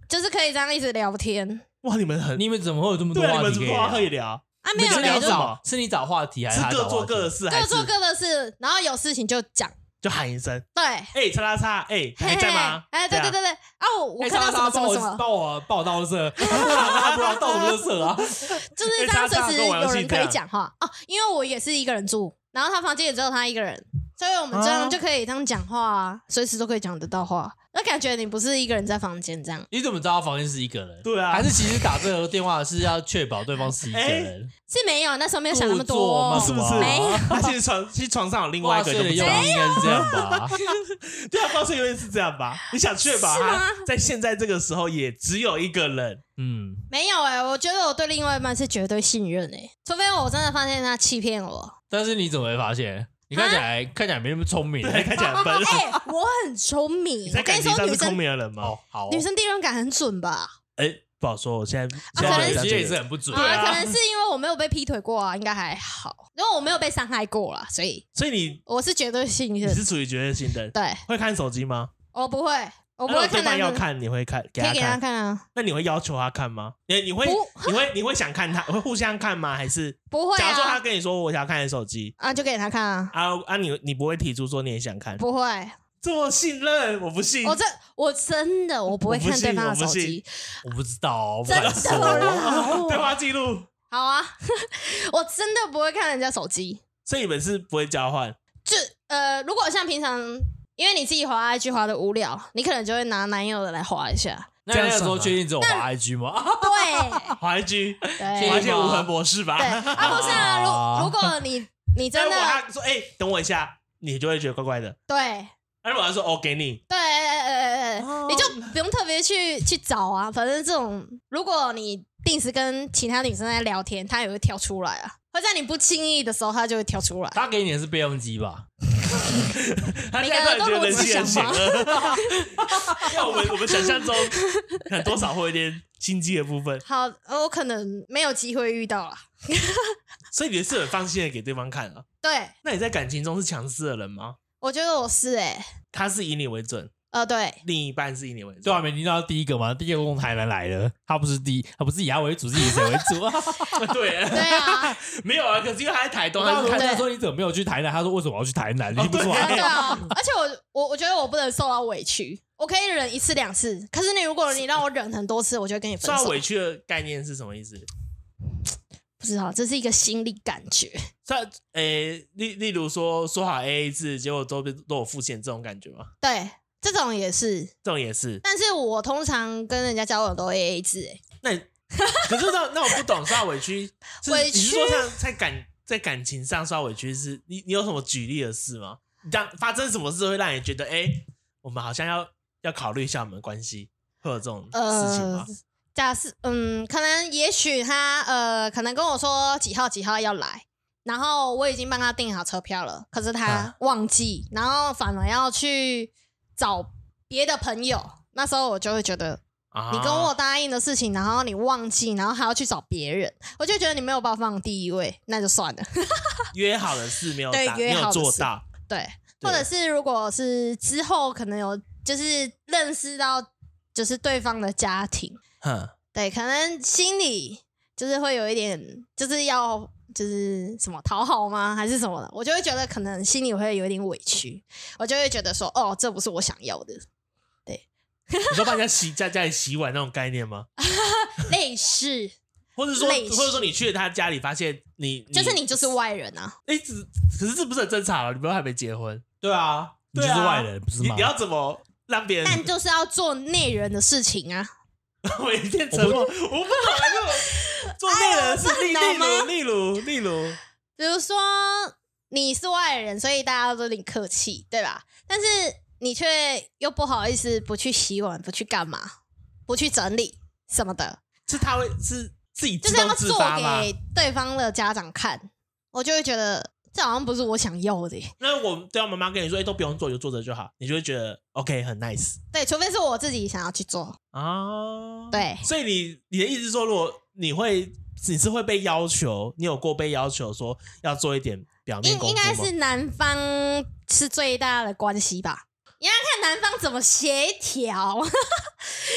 就是可以这样一直聊天。 哇，你们很， 你们怎么会有这么多对啊， 话题你们怎么话可以聊？ 可以聊？ 啊，没有是聊你找，是你找话题还是他找话题？ 各做各的事，还是各做各的事，然后有事情就讲， 就喊一声， 对， 哎，叉叉叉，哎，还在吗？ 哎，对对对对，啊，我我哎看到什么什么什么， 帮我帮我倒色，不知道倒什么色啊？ 就是这样，随时有人可以讲话哦。因为我也是一个人住，然后他房间也只有他一个人，所以我们这样就可以这样讲话啊，随时都可以讲得到话。那感觉你不是一个人在房间这样。 你怎么知道房间是一个人？ 对啊， 还是其实打这个电话是要确保对方是一个人？ 是没有，那时候没有想那么多， 是不是？ 没有， 他其实床其实床上有另外一个人， 用意应该是这样吧？ 对啊，抱睡用意是这样吧？你想确保他在现在这个时候也只有一个人？ 嗯， 没有哎、欸，我觉得我对另外一半是绝对信任哎、欸，除非我真的发现他欺骗我。 但是你怎么会发现？你看起来、啊、看起来没那么聪明， 对，看起来很笨。 哎、欸，我很聪明。 你在感情上是聪明的人吗？ 哦，好， 女生第六感很准吧？ 哎、欸，不好说。我现在现在其实也是很不准。 对啊，可能是因为我没有被劈腿过啊，应该还好。因为我没有被伤害过啦，所以所以你我是绝对信任。 你是属于绝对信任。 对， 会看手机吗？ 我不会，我不会看。 对方要看，你会看，给他看， 可以给他看啊。 那你会要求他看吗？你你会你会你会想看他，会互相看吗？还是不会、啊？ 假如说他跟你说我想要看你手机啊，就给他看啊。 啊啊！你你不会提出说你也想看？ 不会。 这么信任，我不信。 我这我真的我不会看对方的手机。 我不知道、哦， 真的啦。 对话记录。 好啊，我真的不会看人家手机。 所以你们是不会交换？ 就呃，如果像平常，因为你自己滑 I G 滑的无聊，你可能就会拿男友的来滑一下。 那那个时候确定只有滑 I G 吗？ 对， 滑 I G， 对， 滑一些无痕模式吧。 对啊，不是啊，如如果你你真的， 他说哎、欸，等我一下，你就会觉得怪怪的。 对。 那如果他说哦，给你， 对对对对，你就不用特别去去找啊，反正这种，如果你定时跟其他女生在聊天，他也会跳出来啊，会在你不经意的时候，他就会跳出来。 他给你的是备用机吧？ 他现在突然觉得人气很险恶，因为我们我们想象中可能多少会有点心机的部分。 好，我可能没有机会遇到啦。 所以你是很放心的给对方看啊？ 对。 那你在感情中是强势的人吗？ 我觉得我是哎、欸， 他是以你为准， 呃，对， 另一半是以你为准。 对啊，没听到第一个吗？第一个从台南来的，他不是第一，他不是以他为主，是以谁为主啊？ 对对啊， 没有啊，可是因为他在台东， 他是他说你怎么没有去台南？他说为什么要去台南？你听不出来？ 对啊，而且我我我觉得我不能受到委屈，我可以忍一次两次，可是你如果你让我忍很多次，我就跟你分手。 受到委屈的概念是什么意思？ 不知道，这是一个心理感觉。 像诶，例例如说说好 A A 制，结果都都有付钱这种感觉吗？ 对，这种也是， 这种也是。 但是我通常跟人家交往都 A A 制，哎， 那你可是那那我不懂，受到委屈， 委屈你是说像在感在感情上受到委屈是，你你有什么举例的事吗？让发生什么事会让你觉得，哎、欸，我们好像要要考虑一下我们的关系，会有这种事情吗？呃假设嗯，可能也许他呃，可能跟我说几号几号要来，然后我已经帮他订好车票了，可是他忘记，啊、然后反而要去找别的朋友，那时候我就会觉得，啊、你跟我答应的事情，然后你忘记，然后还要去找别人，我就觉得你没有把我放第一位，那就算了。 约好的事没有对，约好的事没有做到， 对，或者是如果是之后可能有就是认识到就是对方的家庭。对，可能心里就是会有一点，就是要就是什么讨好吗，还是什么的，我就会觉得可能心里会有一点委屈，我就会觉得说，哦，这不是我想要的。对， 你说帮人家洗在家里洗碗那种概念吗？ 类似， 或者说，或者说你去了他家里，发现你就是你就是外人啊。 哎、欸，可是这不是很正常啊？你不是还没结婚？ 对啊，你就是外人，不是吗？ 你要怎么让别人？ 但就是要做内人的事情啊。 我一定沉默，我不懂那种做内人的事，例如例如例如， 比如说你是外人，所以大家都对你客气，对吧？但是你却又不好意思不去洗碗，不去干嘛，不去整理什么的， 是他会是自己自就是要做动自发吗？ 给对方的家长看，我就会觉得这好像不是我想要的耶。 那我对我妈妈跟你说，哎、欸，都不用做，就做着就好，你就会觉得 OK 很 nice。 对，除非是我自己想要去做啊。 对， 所以你你的意思是说，如果你会你是会被要求，你有过被要求说要做一点表面功夫吗？ 应该是男方是最大的关系吧？你要看男方怎么协调。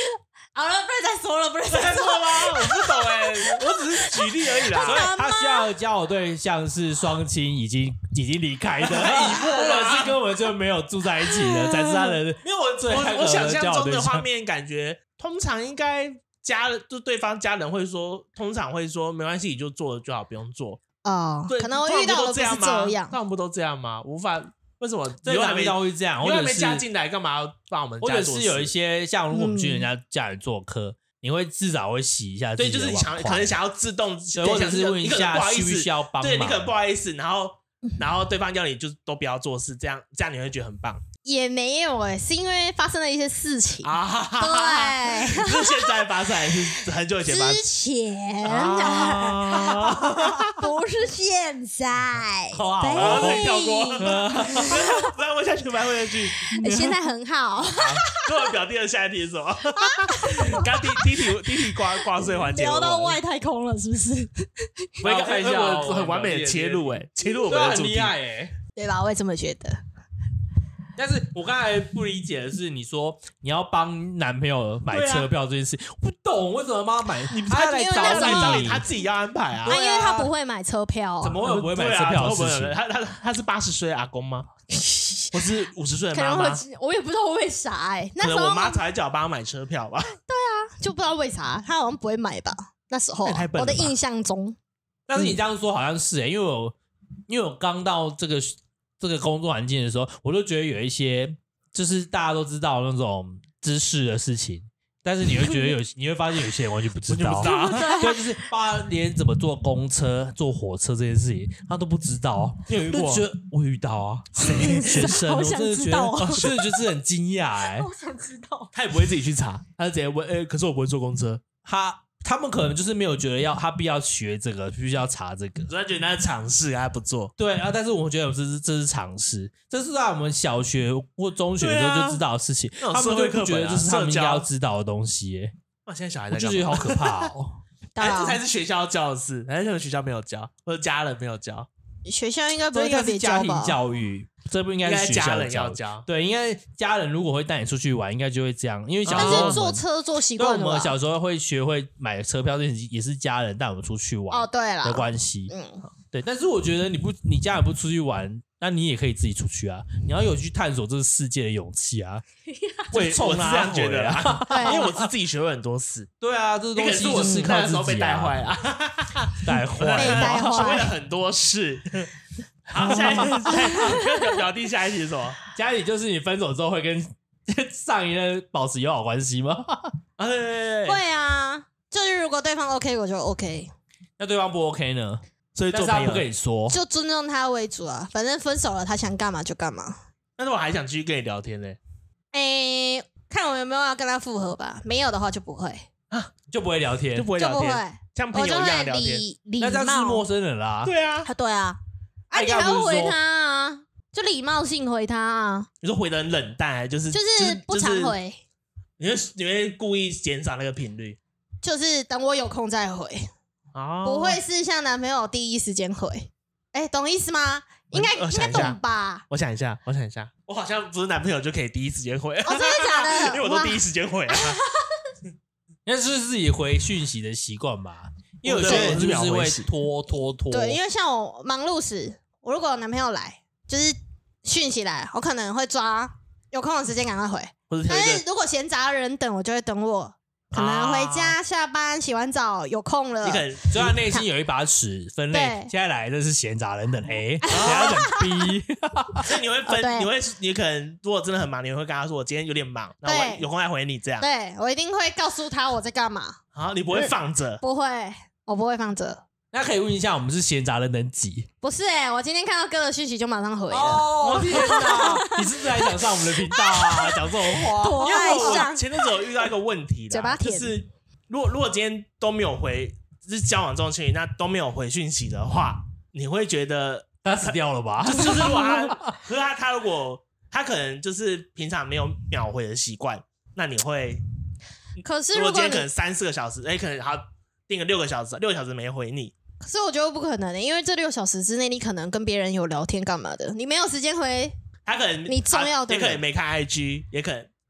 好了，不能再说了，不能再说了吗？我不懂哎、欸，我只是举例而已啦。 所以他需要的交友对象是双亲已经已经离开的，或者是根本就没有住在一起的，才是他的。 因为我我我想象中的画面感觉，通常应该家就对方家人会说，通常会说没关系，你就做了就好，不用做。 哦， 对， 可能我遇到的不是这样， 他们不都这样吗？无法。为什么这两遇到会这样？ 因为还没加进来，干嘛要帮我们家做事？ 或者是有一些像，如果我们去人家家里做客，嗯、你会至少会洗一下自己的碗筷， 对，就是想可能想要自动， 或者是问一下需不需要帮忙？ 对，你可能不好意思，然后然后对方要你就都不要做事，这样这样你会觉得很棒。 也没有哎、欸，是因为发生了一些事情啊， 对， 是现在发生还是很久以前发生？ 之前、 啊、 不是现在。 好好， 我可以跳过，不要问下去，不要问下去。 现在很好。 跟我表弟的下一题是什么？刚第第一题第一题挂挂税环节， 聊到外太空了，是不是？ 我要看一下， 我很完美的切入，哎，切入我们的主题， 很厉害哎， 对吧？我也这么觉得。 但是我刚才不理解的是，你说你要帮男朋友买车票这件事，啊、不懂为什么妈买？你他来找你，他自己要安排啊。 啊，因为他不会买车票、啊， 怎么会有不会买车票的事情？ 他他他是八十岁的阿公吗？我是五十岁的妈妈， 我也不知道为啥哎、欸。那时候我妈才叫我帮他买车票吧？对啊，就不知道为啥他好像不会买吧？那时候、啊、我的印象中， 但是你这样说好像是哎、欸，因为我因为我刚到这个这个工作环境的时候，我就觉得有一些。就是大家都知道那种知识的事情，但是你会觉得有，你会发现有些人完全不知道，对，就是爸连怎么坐公车、坐火车这件事情，他都不知道。 你有遇过？ 就觉得我遇到啊，谁学生？我真的觉得， 我真的就是很惊讶哎， 我想知道。 他也不会自己去查，他就直接问，哎、欸，可是我不会坐公车， 他。他们可能就是没有觉得要他必要学这个，必须要查这个， 所以他觉得那是常识，他不做。 对啊，但是我觉得这是这是常识，这是在我们小学或中学的时候就知道的事情， 啊、 他们就不觉得这是他们应该要知道的东西耶。 哇，现在小孩在干嘛？ 我就觉得好可怕哦！ 哎，这才是学校教的事，还是学校没有教，或者家人没有教？ 学校应该不会特别教吧？家庭教育，这不应该是学校的教教。 对，应该家人如果会带你出去玩，应该就会这样。因为小时候但是坐车坐习惯了， 我们小时候会学会买车票，这也是家人带我们出去玩。 哦，对了的关系， 嗯， 对。但是我觉得你不，你家人不出去玩，那你也可以自己出去啊。你要有去探索这个世界的勇气啊！ 我也我是这样觉得啊， 因为我是自己学会很多事。 对啊，这东西我是靠自己被带坏了， 带坏， 被带坏， 学会了很多事。好，下一题，跟表弟下一题是什么？ 下一题就是你分手之后会跟上一任保持友好关系吗？ 啊，对对对， 会啊，就是如果对方 OK， 我就 OK。 那对方不 OK 呢？ 所以但是他不跟你说， 就尊重他为主啊。反正分手了，他想干嘛就干嘛。 但是我还想继续跟你聊天呢。 诶，看我有没有要跟他复合吧。没有的话就不会啊，就不会聊天， 就不会聊天，像朋友一样聊天。 那这样是陌生人啦。 对啊， 对啊。啊，你还要回他啊？就礼貌性回他啊。 你说回的很冷淡，还就是就是不常回？ 你会你会故意减少那个频率？ 就是等我有空再回。 哦， 不会是像男朋友第一时间回。哎，懂意思吗？应该应该懂吧？ 我想一下，我想一下，我好像不是男朋友就可以第一时间回。 哦，真的假的？ 因为我都第一时间回啊。 那是自己回讯息的习惯吧？因为有些人就是会拖拖拖。 对，因为像我忙碌时，我如果有男朋友来，就是讯息来，我可能会抓有空的时间赶快回。但是如果闲杂人等，我就会等我可能回家、下班、洗完澡有空了。 你可能虽然内心有一把尺分类，现在来的是闲杂人等 A， 等下等 B， 所以你会分，你会你可能如果真的很忙，你会跟他说我今天有点忙，然后我有空再回你这样。 对，我一定会告诉他我在干嘛。 好，你不会放着？ 不会，我不会放着。 那可以问一下，我们是闲杂人等几？ 不是哎、欸，我今天看到哥的讯息就马上回了。 哦天哪！你是不是还想上我们的频道啊？讲这种话？ 多爱上。 前阵子有遇到一个问题啦， 嘴巴甜。 就是如果如果今天都没有回，就是交往这种情侣，那都没有回讯息的话，你会觉得他死掉了吧？ 就是就是如果他，可是他他如果他可能就是平常没有秒回的习惯，那你会？ 可是如果今天可能三四个小时，哎、欸，可能他定个六个小时，六个小时没回你。 可是我觉得不可能的、欸，因为这六小时之内，你可能跟别人有聊天干嘛的，你没有时间回。 他可能你重要的也可能没看 I G， 也可能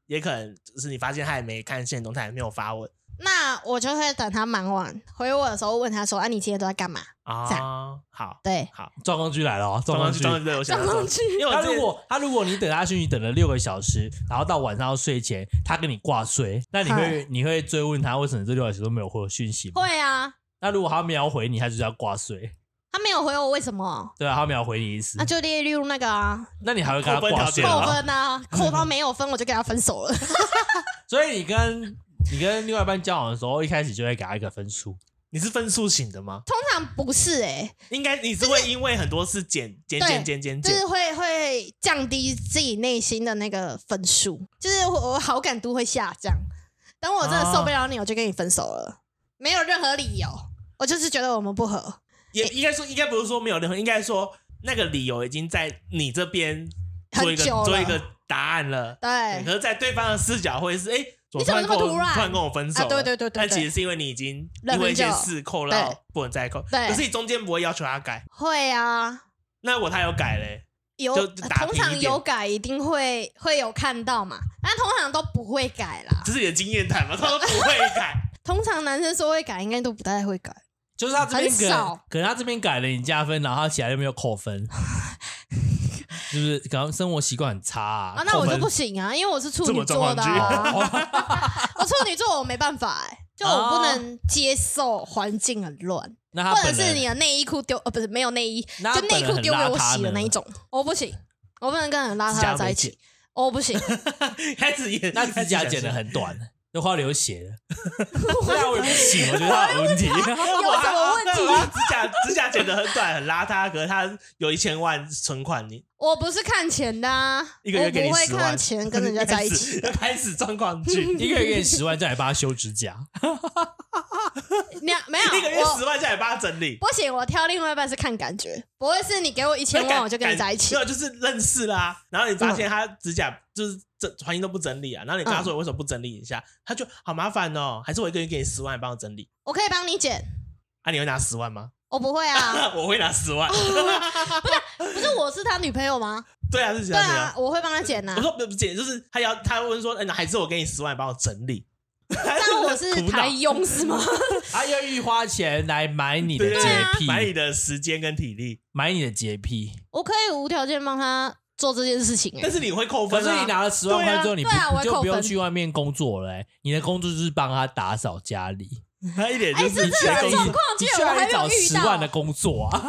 也可能就是你发现他也没看限动，他也没有发文。 那我就会等他忙完回我的时候问他说：“啊，你今天都在干嘛？” 啊、 这样好， 对， 好，状况剧来了哦， 状况剧，状况剧， 剧，我想状况剧， 因为他如果他如果你等他讯息等了六个小时，然后到晚上要睡前，他跟你挂睡，那你会你会追问他为什么这六个小时都没有回讯息吗？ 会啊。 那如果他没有回你，他就是要挂睡。 他没有回我，为什么？ 对啊，他没有回你意思。 那就列入那个啊， 那你还会跟他挂睡扣吗？ 分啊，扣到没有分我就跟他分手了。 所以你跟你跟另外一半交往的时候，一开始就会给他一个分数。 你是分数型的吗？ 通常不是哎、欸， 应该你是会因为很多事减减减减减减， 就是会会降低自己内心的那个分数，就是我好感度会下降。等我真的受不了你，我就跟你分手了，没有任何理由，我就是觉得我们不合。 也应该说，应该不是说没有任何，应该说那个理由已经在你这边做一个很久了做一个答案了。 对， 可是，在对方的视角会是，哎、欸， 你怎么那么突然突然跟我分手、 啊？对对对对对， 但其实是因为你已经因为一些事扣到不能再扣。 对， 可是你中间不会要求他改。 会啊。 那如果他有改嘞？ 有，通常有改一定会会有看到嘛，但通常都不会改啦。 这是你的经验谈嘛？他都不会改。 通常男生说会改，应该都不太会改。 就是他这边很少， 可能他这边改了你加分，然后他起来又没有扣分，就是可能生活习惯很差啊。 啊，那我就不行啊，因为我是处女座的、啊，我处女座我没办法哎、欸，就我不能接受环境很乱， 那他或者是你的内衣裤丢呃不是没有内衣，就内裤丢给我洗的那一种，我不行，我不能跟很邋遢的在一起，我不行。 开始演， 那指甲剪得很短。都快流血了，对啊，我也不行，我觉得他有问题。有什么问题？ 指甲指甲剪得很短，很邋遢，可是他有一千万存款，你我不是看钱的啊， 一个月给你十万， 我不会看钱跟人家在一起的， 开始状况剧， 一个月给你十万，再来帮他修指甲。 你没有一个月十万，再来帮他整理， 不行，我挑另外一半是看感觉，不会是你给我一千万我就跟你在一起， 没有就是认识啦，然后你发现他指甲就是这环境都不整理啊，然后你跟他说为什么不整理一下，嗯、他就好麻烦哦，还是我一个月给你十万帮我整理， 我可以帮你剪， 啊，你会拿十万吗？ 我不会啊， 我会拿十万，不是不是我是他女朋友吗？ 对啊，是对啊，我会帮他剪呐、啊。 我说不剪，就是他要他问说，哎、欸，还是我给你十万帮我整理。 那我是台佣是吗？ 他愿意花钱来买你的洁癖， 买你的时间跟体力， 买你的洁癖。 我可以无条件帮他做这件事情、欸， 但是你会扣分、啊。 可是你拿了十万块之后，你不、 啊、 你就不用去外面工作了、欸。你的工作就是帮他打扫家里。 他一点就是、 欸、这种状况， 你去哪里找十万的工作啊？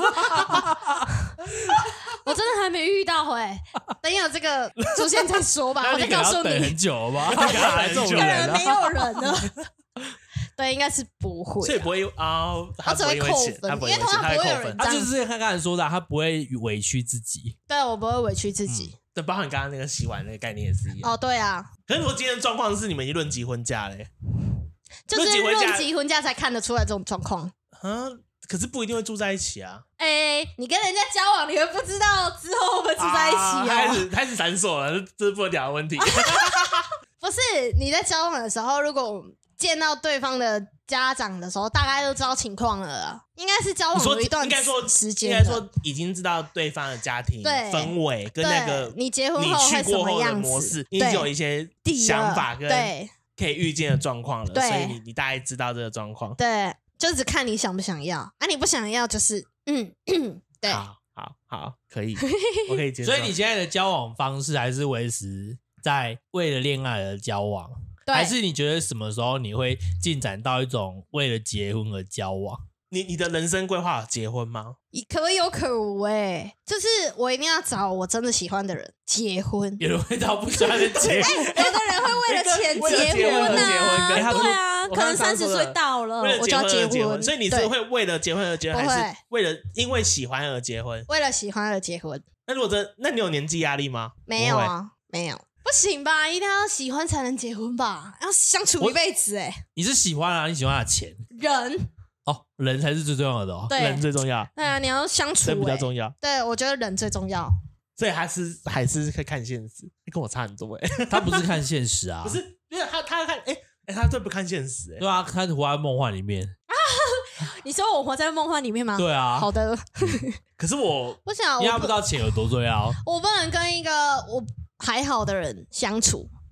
我真的还没遇到哎、欸，等有这个出现再说吧。 那你我再告诉你， 等很久了吧？你要来这种人、 啊，没有人了。对，应该是不会、啊， 所以不会啊，他只会扣分，因为通常不会有人， 他就是他刚才说的，他不会委屈自己。 对，我不会委屈自己。 对、嗯，包括你刚刚那个洗碗那个概念也是一样。 哦，对啊。 可是如果今天的状况是你们已经论及婚嫁嘞， 就是论及婚嫁才看得出来这种状况。 嗯。可是不一定会住在一起啊！ 哎、欸，你跟人家交往，你会不知道之后会不会住在一起啊？ 开始开始闪烁了，这是不能聊的问题。 不是你在交往的时候，如果见到对方的家长的时候，大概都知道情况了。应该是交往有一段应该说时间， 应该说已经知道对方的家庭氛围跟那个你结婚后会什么样子模式，你有一些想法跟可以预见的状况了，所以你你大概知道这个状况。 对。就只看你想不想要啊，你不想要就是嗯，对， 好好好，可以，我可以接受。 所以你现在的交往方式还是维持在为了恋爱而交往，还是你觉得什么时候你会进展到一种为了结婚而交往？ 你你的人生规划有结婚吗？ 可有可无哎、欸，就是我一定要找我真的喜欢的人结婚。 有人会找不喜欢的结婚、 欸，有的人会为了钱结婚啊， 对啊，可能三十岁到了我就要结婚， 所以你是会为了结婚而结婚，还是为了因为喜欢而结婚？ 为了喜欢而结婚。 那如果真，那你有年纪压力吗？ 没有啊，没有。不行吧，一定要喜欢才能结婚吧，要相处一辈子哎、欸。 你是喜欢啊？你喜欢他的钱？ 人。 哦，人才是最重要的哦， 对， 人最重要。 对啊，你要相处、欸， 人比较重要。 对，我觉得人最重要。 所以还是还是可以看现实，跟我差很多哎、欸。 他不是看现实啊， 不是，因为他他看哎哎，他最不看现实哎、欸。 对啊，他活在梦幻里面。 啊，你说我活在梦幻里面吗？ 对啊。 好的。 可是我不想， 因为他不知道钱有多重要， 我不能跟一个我还好的人相处。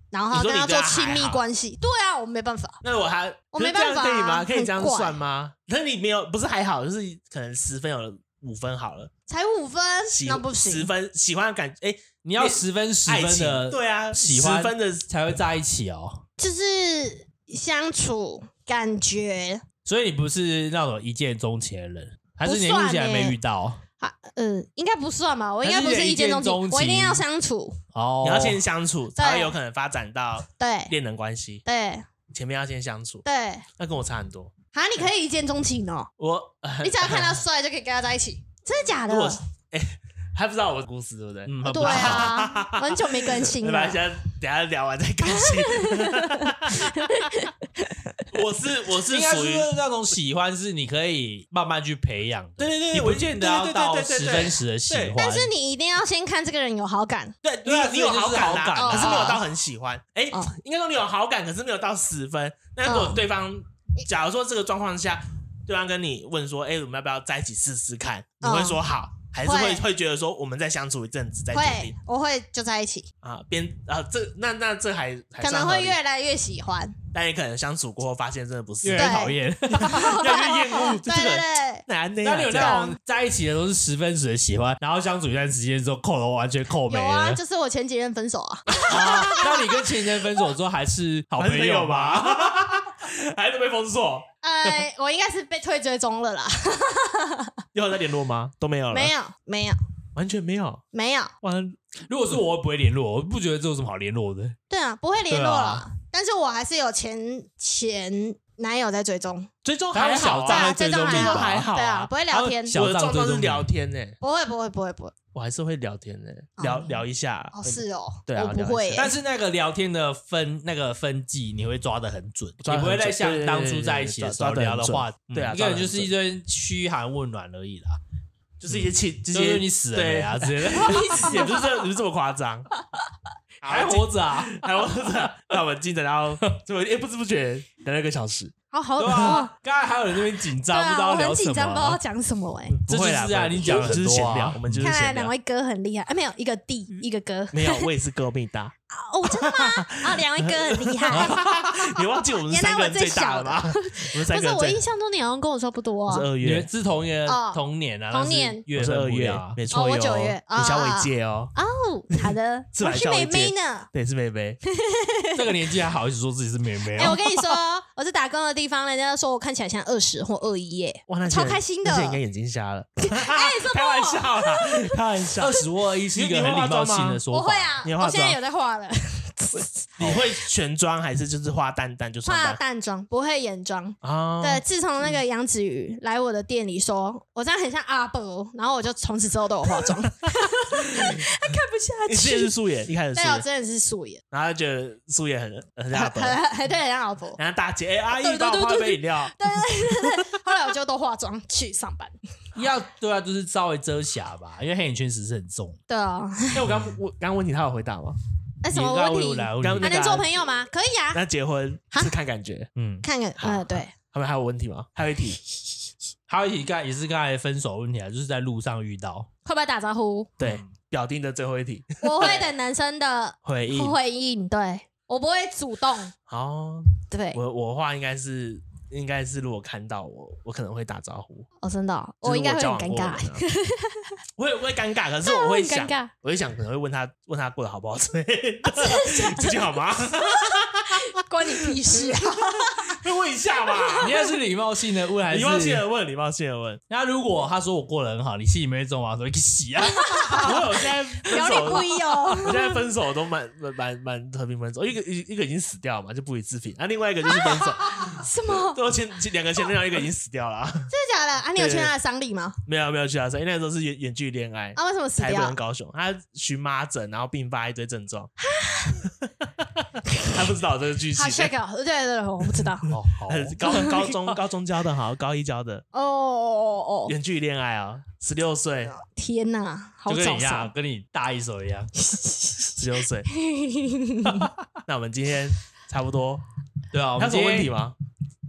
然后跟他做亲密关系。对啊，我没办法。 那我还我没办法、啊， 可以吗？可以这样算吗？可是你没有，不是还好，就是可能十分有五分好了， 才五分，那不行。 十分喜欢的感觉，哎， 你要十分十分的， 对啊， 喜欢十分的才会在一起哦。 就是相处感觉， 所以你不是那种一见钟情的人，还是你目前还没遇到？ 啊，呃，应该不算吧，我应该不是一见钟情，我一定要相处。 哦， 你要先相处，才会有可能发展到对恋人关系。 对， 前面要先相处。 对， 那跟我差很多。 啊，你可以一见钟情哦。 我， 你只要看他帅就可以跟他在一起，真的假的？ 哎，还不知道我的故事对不对？ 嗯，对啊，很久没更新了。 等下等下聊完再更新。我是我是属于那种喜欢，是你可以慢慢去培养的。 对对对， 你不见得要到十分十的喜欢， 但是你一定要先看这个人有好感。 对，你有你有好感啊，可是没有到很喜欢。哎， 哦应该说你有好感，可是没有到十分。那如果对方，假如说这个状况下，对方跟你问说，哎，我们要不要在一起试试看？你会说好，还是会会觉得说我们再相处一阵子再决定？ 我会就在一起啊，边啊这那那这还可能会越来越喜欢。 但也可能相处过后发现真的不是， 越来越讨厌， 越来越厌恶。 对对对， 难的。 那你有那种在一起的都是十分十的喜欢，然后相处一段时间之后扣了完全扣没了？ 有啊，就是我前几任分手啊。 啊，那你跟前几任分手之后还是好朋友吗？ 还是被封锁？ 呃，我应该是被退追踪了啦。 有在联络吗？都没有了。 没有，没有， 完全没有， 没有。 完， 如果是我，我不会联络，我不觉得这有什么好联络的。 对啊，不会联络了。但是我还是有前前男友在追踪， 追踪还好啊， 追踪还好，还好， 对啊，不会聊天。 小账追踪聊天呢， 不会，不会，不会，不会。 我还是会聊天的，聊聊一下。 哦，是哦， 对啊， 我不会。 但是那个聊天的分那个分际，你会抓得很准，你不会再像当初在一起的时候聊的话， 对啊， 一个人就是一堆嘘寒问暖而已啦， 就是一些气， 就是你死了没啊之类的， 也不是这不是这么夸张。 还活着啊， 还活着。那我们进展到这么，哎，不知不觉聊了一个小时。 好好， 对啊，刚才还有人那边紧张，不知道聊什么， 紧张不知道讲什么哎。 不会啦，你讲就是闲聊，我们就是闲聊。 看来两位哥很厉害，哎，没有一个弟一个哥， 没有，我也是哥比你大。 哦，真的吗？啊，两位哥很厉害。 你忘记我们三个人最大了吗？我们三个人， 不是我印象中你好像跟我差不多啊。 是二月， 是同年同年啊， 同年月是二月，没错， 我九月， 你小伟届哦。 哦，好的，我是妹妹呢。 对，是妹妹。 这个年纪还好意思说自己是妹妹？ 哎，我跟你说，我是打工的地方，人家说我看起来像二十或二一耶， 哇，那超开心的。 而且应该眼睛瞎了。 哎， 开玩笑啦，开玩笑。 二十或二一是一个很礼貌性的说法。 我会啊，我现在有在画了。 你会全妆还是就是画淡淡就画淡妆，不会眼妆啊？ 对，自从那个杨子瑜来我的店里说我这样很像阿伯，然后我就从此之后都有化妆。他看不下去。 你之前是素颜，一开始对，我真的是素颜， 然后觉得素颜很很像阿伯， 很对，很像阿伯。 然后大姐，哎，阿姨帮我泡一杯饮料。 对对对对，后来我就都化妆去上班。 要对啊，就是稍微遮瑕吧，因为黑眼圈其实是很重。 对啊。 哎，我刚我刚问题，他有回答吗？ 那什么问题？ 还能做朋友吗？可以啊。 那结婚是看感觉， 嗯， 看看，呃，对。 他们还有问题吗？还有一题， 还有一题，刚也是刚才分手问题啊，就是在路上遇到， 会不会打招呼？ 对，表弟的最后一题， 我会等男生的回应， 回应，对我不会主动。 哦， 对， 我我话应该是。应该是如果看到我，我可能会打招呼。 哦，真的、哦，我应该会很尴尬。 我也会尴尬，可是我会想，我会想可能会问他，问他过得好不好之类的。最近好吗？ 关你屁事啊！ 会问一下嘛？ 你要是礼貌性的问还是礼貌性的问？礼貌性的问。 那如果他说我过得很好，你心里面中啊，说你洗啊？ 不会，我现在分手不一哦。 我现在分手都蛮蛮蛮和平分手，一个一个已经死掉嘛，就不予置评。啊，另外一个就是分手。 什么？ 都前两个前男友，一个已经死掉了。 真的假的？啊，你有去他的丧礼吗？ 没有没有去他的丧礼，因为那时候是远远距离恋爱。 啊，为什么死掉？ 台北跟高雄，他荨麻疹，然后并发一堆症状。他不知道这个剧情。 他 check 对对对，我不知道。 哦，好。 高高中高中教的好，高一教的。 哦哦哦。 远距离恋爱啊，十六岁。 天哪，好早熟。 就跟你一样，跟你大一手一样。 十六岁。那我们今天差不多。 对啊， 还有什么问题吗？ 我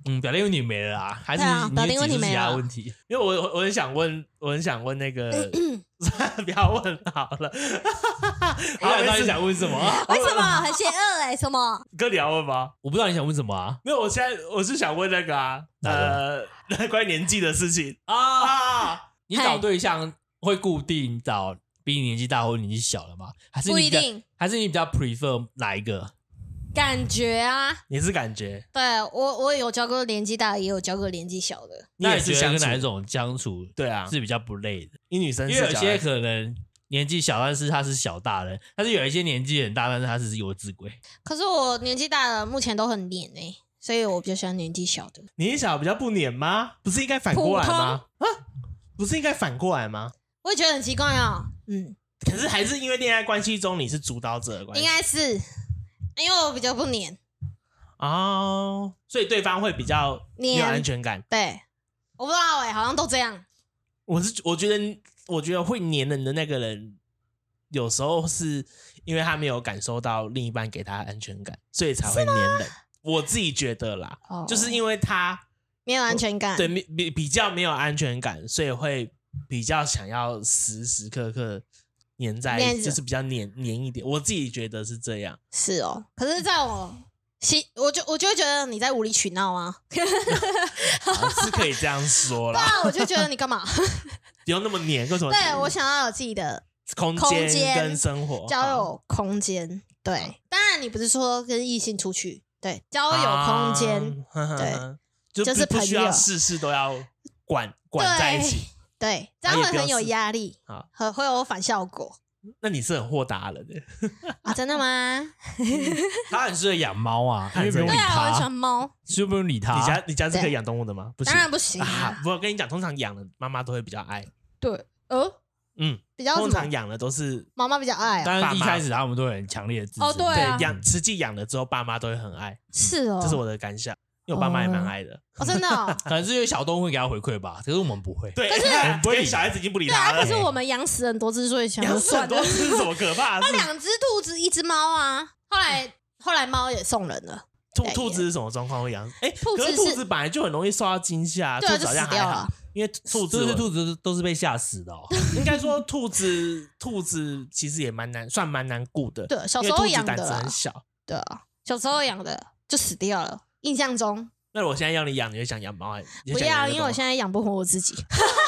嗯，表定问题没了啦，还是你表定问题没了。 问题， 因为我我很想问，我很想问那个，不要问好了。 好，那你想问什么？ 为什么很邪恶哎？什么？ 哥，你要问吗？ 我不知道你想问什么啊？ 没有，我现在我是想问那个啊，呃，关于年纪的事情啊。你找对象会固定找比你年纪大或年纪小的吗？还是你不一定？ 还是你比较 prefer 哪一个？ 感觉啊， 也是感觉。 对我，我有交过年纪大的，也有交过年纪小的。 那你觉得跟哪一种相处？ 对啊， 是比较不累的。 因为女生因为有些可能年纪小，但是他是小大人；但是有一些年纪很大，但是他是幼稚鬼。 可是我年纪大的目前都很黏诶、欸，所以我比较喜欢年纪小的。 年纪小比较不黏吗？不是应该反过来吗？啊，不是应该反过来吗？ 我也觉得很奇怪啊、哦。嗯， 可是还是因为恋爱关系中你是主导者的关系， 应该是因为我比较不黏。 哦，所以对方会比较没有安全感。 对，我不知道哎、欸，好像都这样。 我是我觉得，我觉得会黏人的那个人，有时候是因为他没有感受到另一半给他安全感，所以才会黏人。我自己觉得啦，哦、就是因为他没有安全感， 对比比较没有安全感，所以会比较想要时时刻刻黏在一起，就是比较黏黏一点。我自己觉得是这样。 是哦，可是在我。我就我就会觉得你在无理取闹啊， 是可以这样说啦。 对啊，我就觉得你干嘛？ 不用那么黏，为什么？ 对，我想要有自己的空间跟生活， 交友空间。对，当然你不是说跟异性出去，对，交友空间， 啊、 对， 就是不需要事事都要管管在一起， 对，这样会很有压力，和会有反效果。 那你是很豁达了的啊？真的吗？ 他很适合养猫啊，因为不用理他。 对啊，我很喜欢猫， 是不用理他。 你家你家是可以养动物的吗？不行， 当然不行啊！ 不过跟你讲，通常养的妈妈都会比较爱。 对，呃， 嗯， 比较通常养的都是妈妈比较爱， 但是一开始他们都会很强烈的自哦，对啊， 对，养实际养了之后，爸妈都会很爱。 是哦， 这是我的感想。因为我爸妈也蛮爱的， 哦，真的、哦， 可能是因为小动物会给他回馈吧，可是我们不会。 对， 可是我们不会，小孩子已经不理他了。 对啊，可是我们养死很多只，所以想养死很多只是什么可怕的事？ 那两只兔子，一只猫啊。后来后来猫也送人了。 兔兔子是什么状况会养？哎， 兔子可是兔子本来就很容易受到惊吓， 对， 兔子好像还好，因为兔子是兔子都是被吓死的哦。 应该说兔子兔子其实也蛮难，算蛮难顾的。 对，小时候养的， 胆子很小。 对啊，小时候养的就死掉了，印象中。 那我现在要你养，你会想养猫还是？ 不要，因为我现在养不活我自己。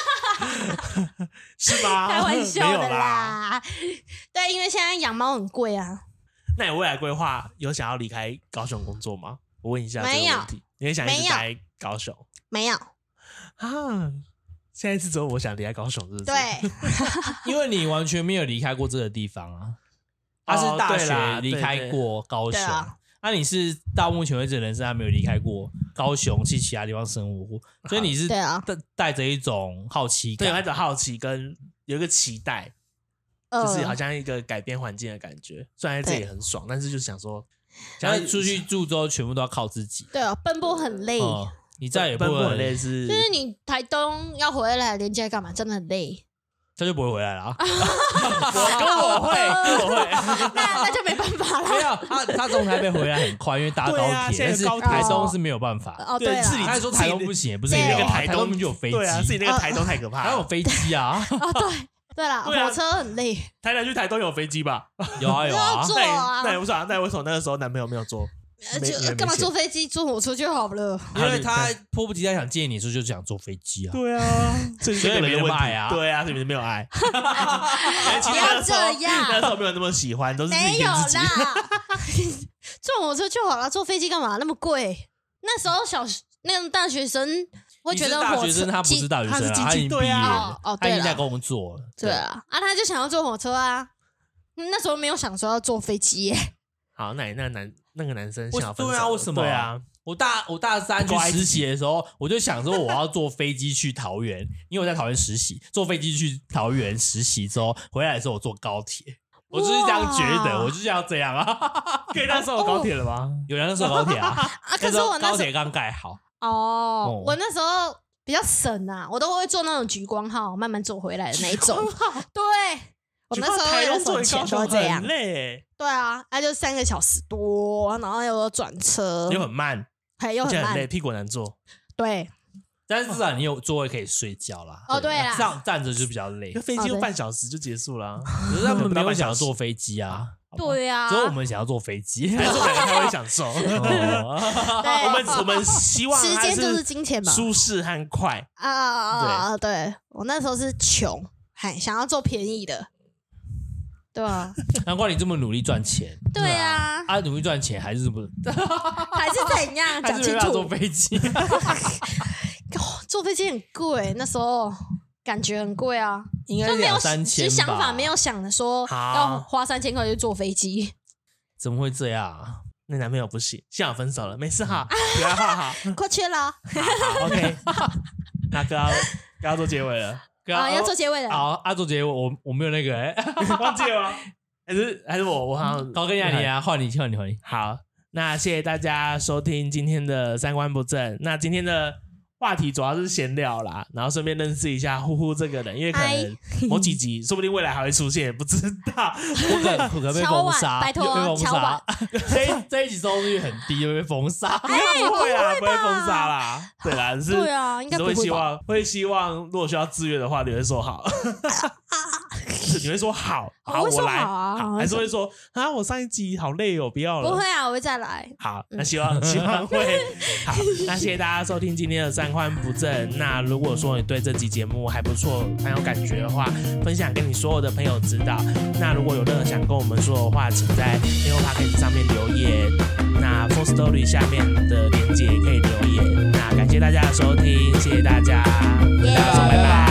是吗？ 开玩笑的啦。 啦对，因为现在养猫很贵啊。 那你未来规划有想要离开高雄工作吗？我问一下这个问题。你会想一直待高雄？ 没有啊。现在是只有我想离开高雄，是不是？ 对， 因为你完全没有离开过这个地方啊。他是大学离开过高雄。那、啊、你是到目前为止人生还没有离开过高雄去其他地方生活过，所以你是带着一种好奇感， 对，带着好奇跟有一个期待，呃、就是好像一个改变环境的感觉。虽然在这里很爽，但是就是想说， 想要出去住之后全部都要靠自己。 对啊，奔波很累， 嗯、你再也不奔波很累是， 就是你台东要回来连接干嘛？真的很累。 他就不会回来了啊！ 我跟我会，跟我会， 那那就没办法了。 没有他，他从台北回来很快，因为搭高铁。 啊、 但是台东是没有办法。 哦，对， 是你他说台东不行，也不是那个台东就有飞机。 对啊，是你那个台东太可怕了， 还有飞机啊！ 哦，对，对了，火车很累。 台南去台东有飞机吧？ 有啊有啊。 坐啊， 那也不爽，那为什么那个时候男朋友没有坐？ 就干嘛坐飞机？坐火车就好了。 因为他迫不及待想见你的时候，就想坐飞机啊。 对啊， 所以没有爱啊。 对啊，所以没有爱。 不要这样， 那时候没有那么喜欢，都是自己骗自己。 坐火车就好了，坐飞机干嘛那么贵？那时候小那个大学生会觉得大学生他不是大学生，他已经毕业了， 哦， 他已经在跟我们坐了。 对啊，啊，他就想要坐火车啊。那时候没有想说要坐飞机耶。 好，那你那个男那个男生想要分手？ 对啊，为什么？ 对啊， 我大我大三去实习的时候，我就想说我要坐飞机去桃园，因为我在桃园实习，坐飞机去桃园实习之后回来的时候我坐高铁，我就是这样觉得，我就是要这样啊。 可以那时候有高铁了吗？ 有那时候高铁啊， 啊，可是我高铁刚盖好哦，我那时候比较省啊，我都会坐那种莒光号，慢慢坐回来的那一种。对。我那时候为了省钱都会这样， 累。 对啊，那就三个小时多，然后又有转车， 又很慢， 还又很慢， 而且很累，屁股难坐。 对。 但是至少你有座位可以睡觉啦。 哦，对啦， 站站着就比较累。 飞机就半小时就结束了、啊， 可是他们没有想要坐飞机啊。 对呀、啊， 所以我们想要坐飞机， 还是我们才会享受。哦、我们我们希望时间就是金钱嘛， 舒适和快啊。对，对我那时候是穷，还想要做便宜的。对啊， 难怪你这么努力赚钱。 对啊， 啊，努力赚钱还是不， 还是怎样？讲清楚。 坐飞机， 坐飞机很贵，那时候感觉很贵啊， 应该两三千吧。 想法没有想说要花三千块去坐飞机， 怎么会这样？ 那男朋友不行，幸好分手了，没事哈，不要画好， 过去了。 好好 ，OK， 那哥要哥要做结尾了。 啊，要做结尾了。 好，啊，做结尾，我我没有那个哎、 欸，忘记了吗？还是还是我我好像高跟亚尼啊，换你换你换你。 好，那谢谢大家收听今天的三观不正。那今天的话题主要是闲聊啦，然后顺便认识一下呼呼这个人，因为可能某几集说不定未来还会出现，也不知道。 我可可能被封杀， 拜托， 敲碗。这这一集收视率很低，会被封杀。 哎， 不会啊，不会封杀啦。对啦，是， 对啊，应该不会。 会希望会希望，如果需要制约的话，你会说好。你会说好，好，我来，好，还是会说啊，我上一集好累哦，不要了。 不会啊，我会再来。 好，那希望希望会好。那谢谢大家收听今天的三观不正。那如果说你对这集节目还不错，很有感觉的话，分享给你所有的朋友知道。那如果有任何想跟我们说的话，请在 Apple Podcast 上面留言。那 Firstory 下面的链接也可以留言。那感谢大家的收听，谢谢大家，大家说拜拜。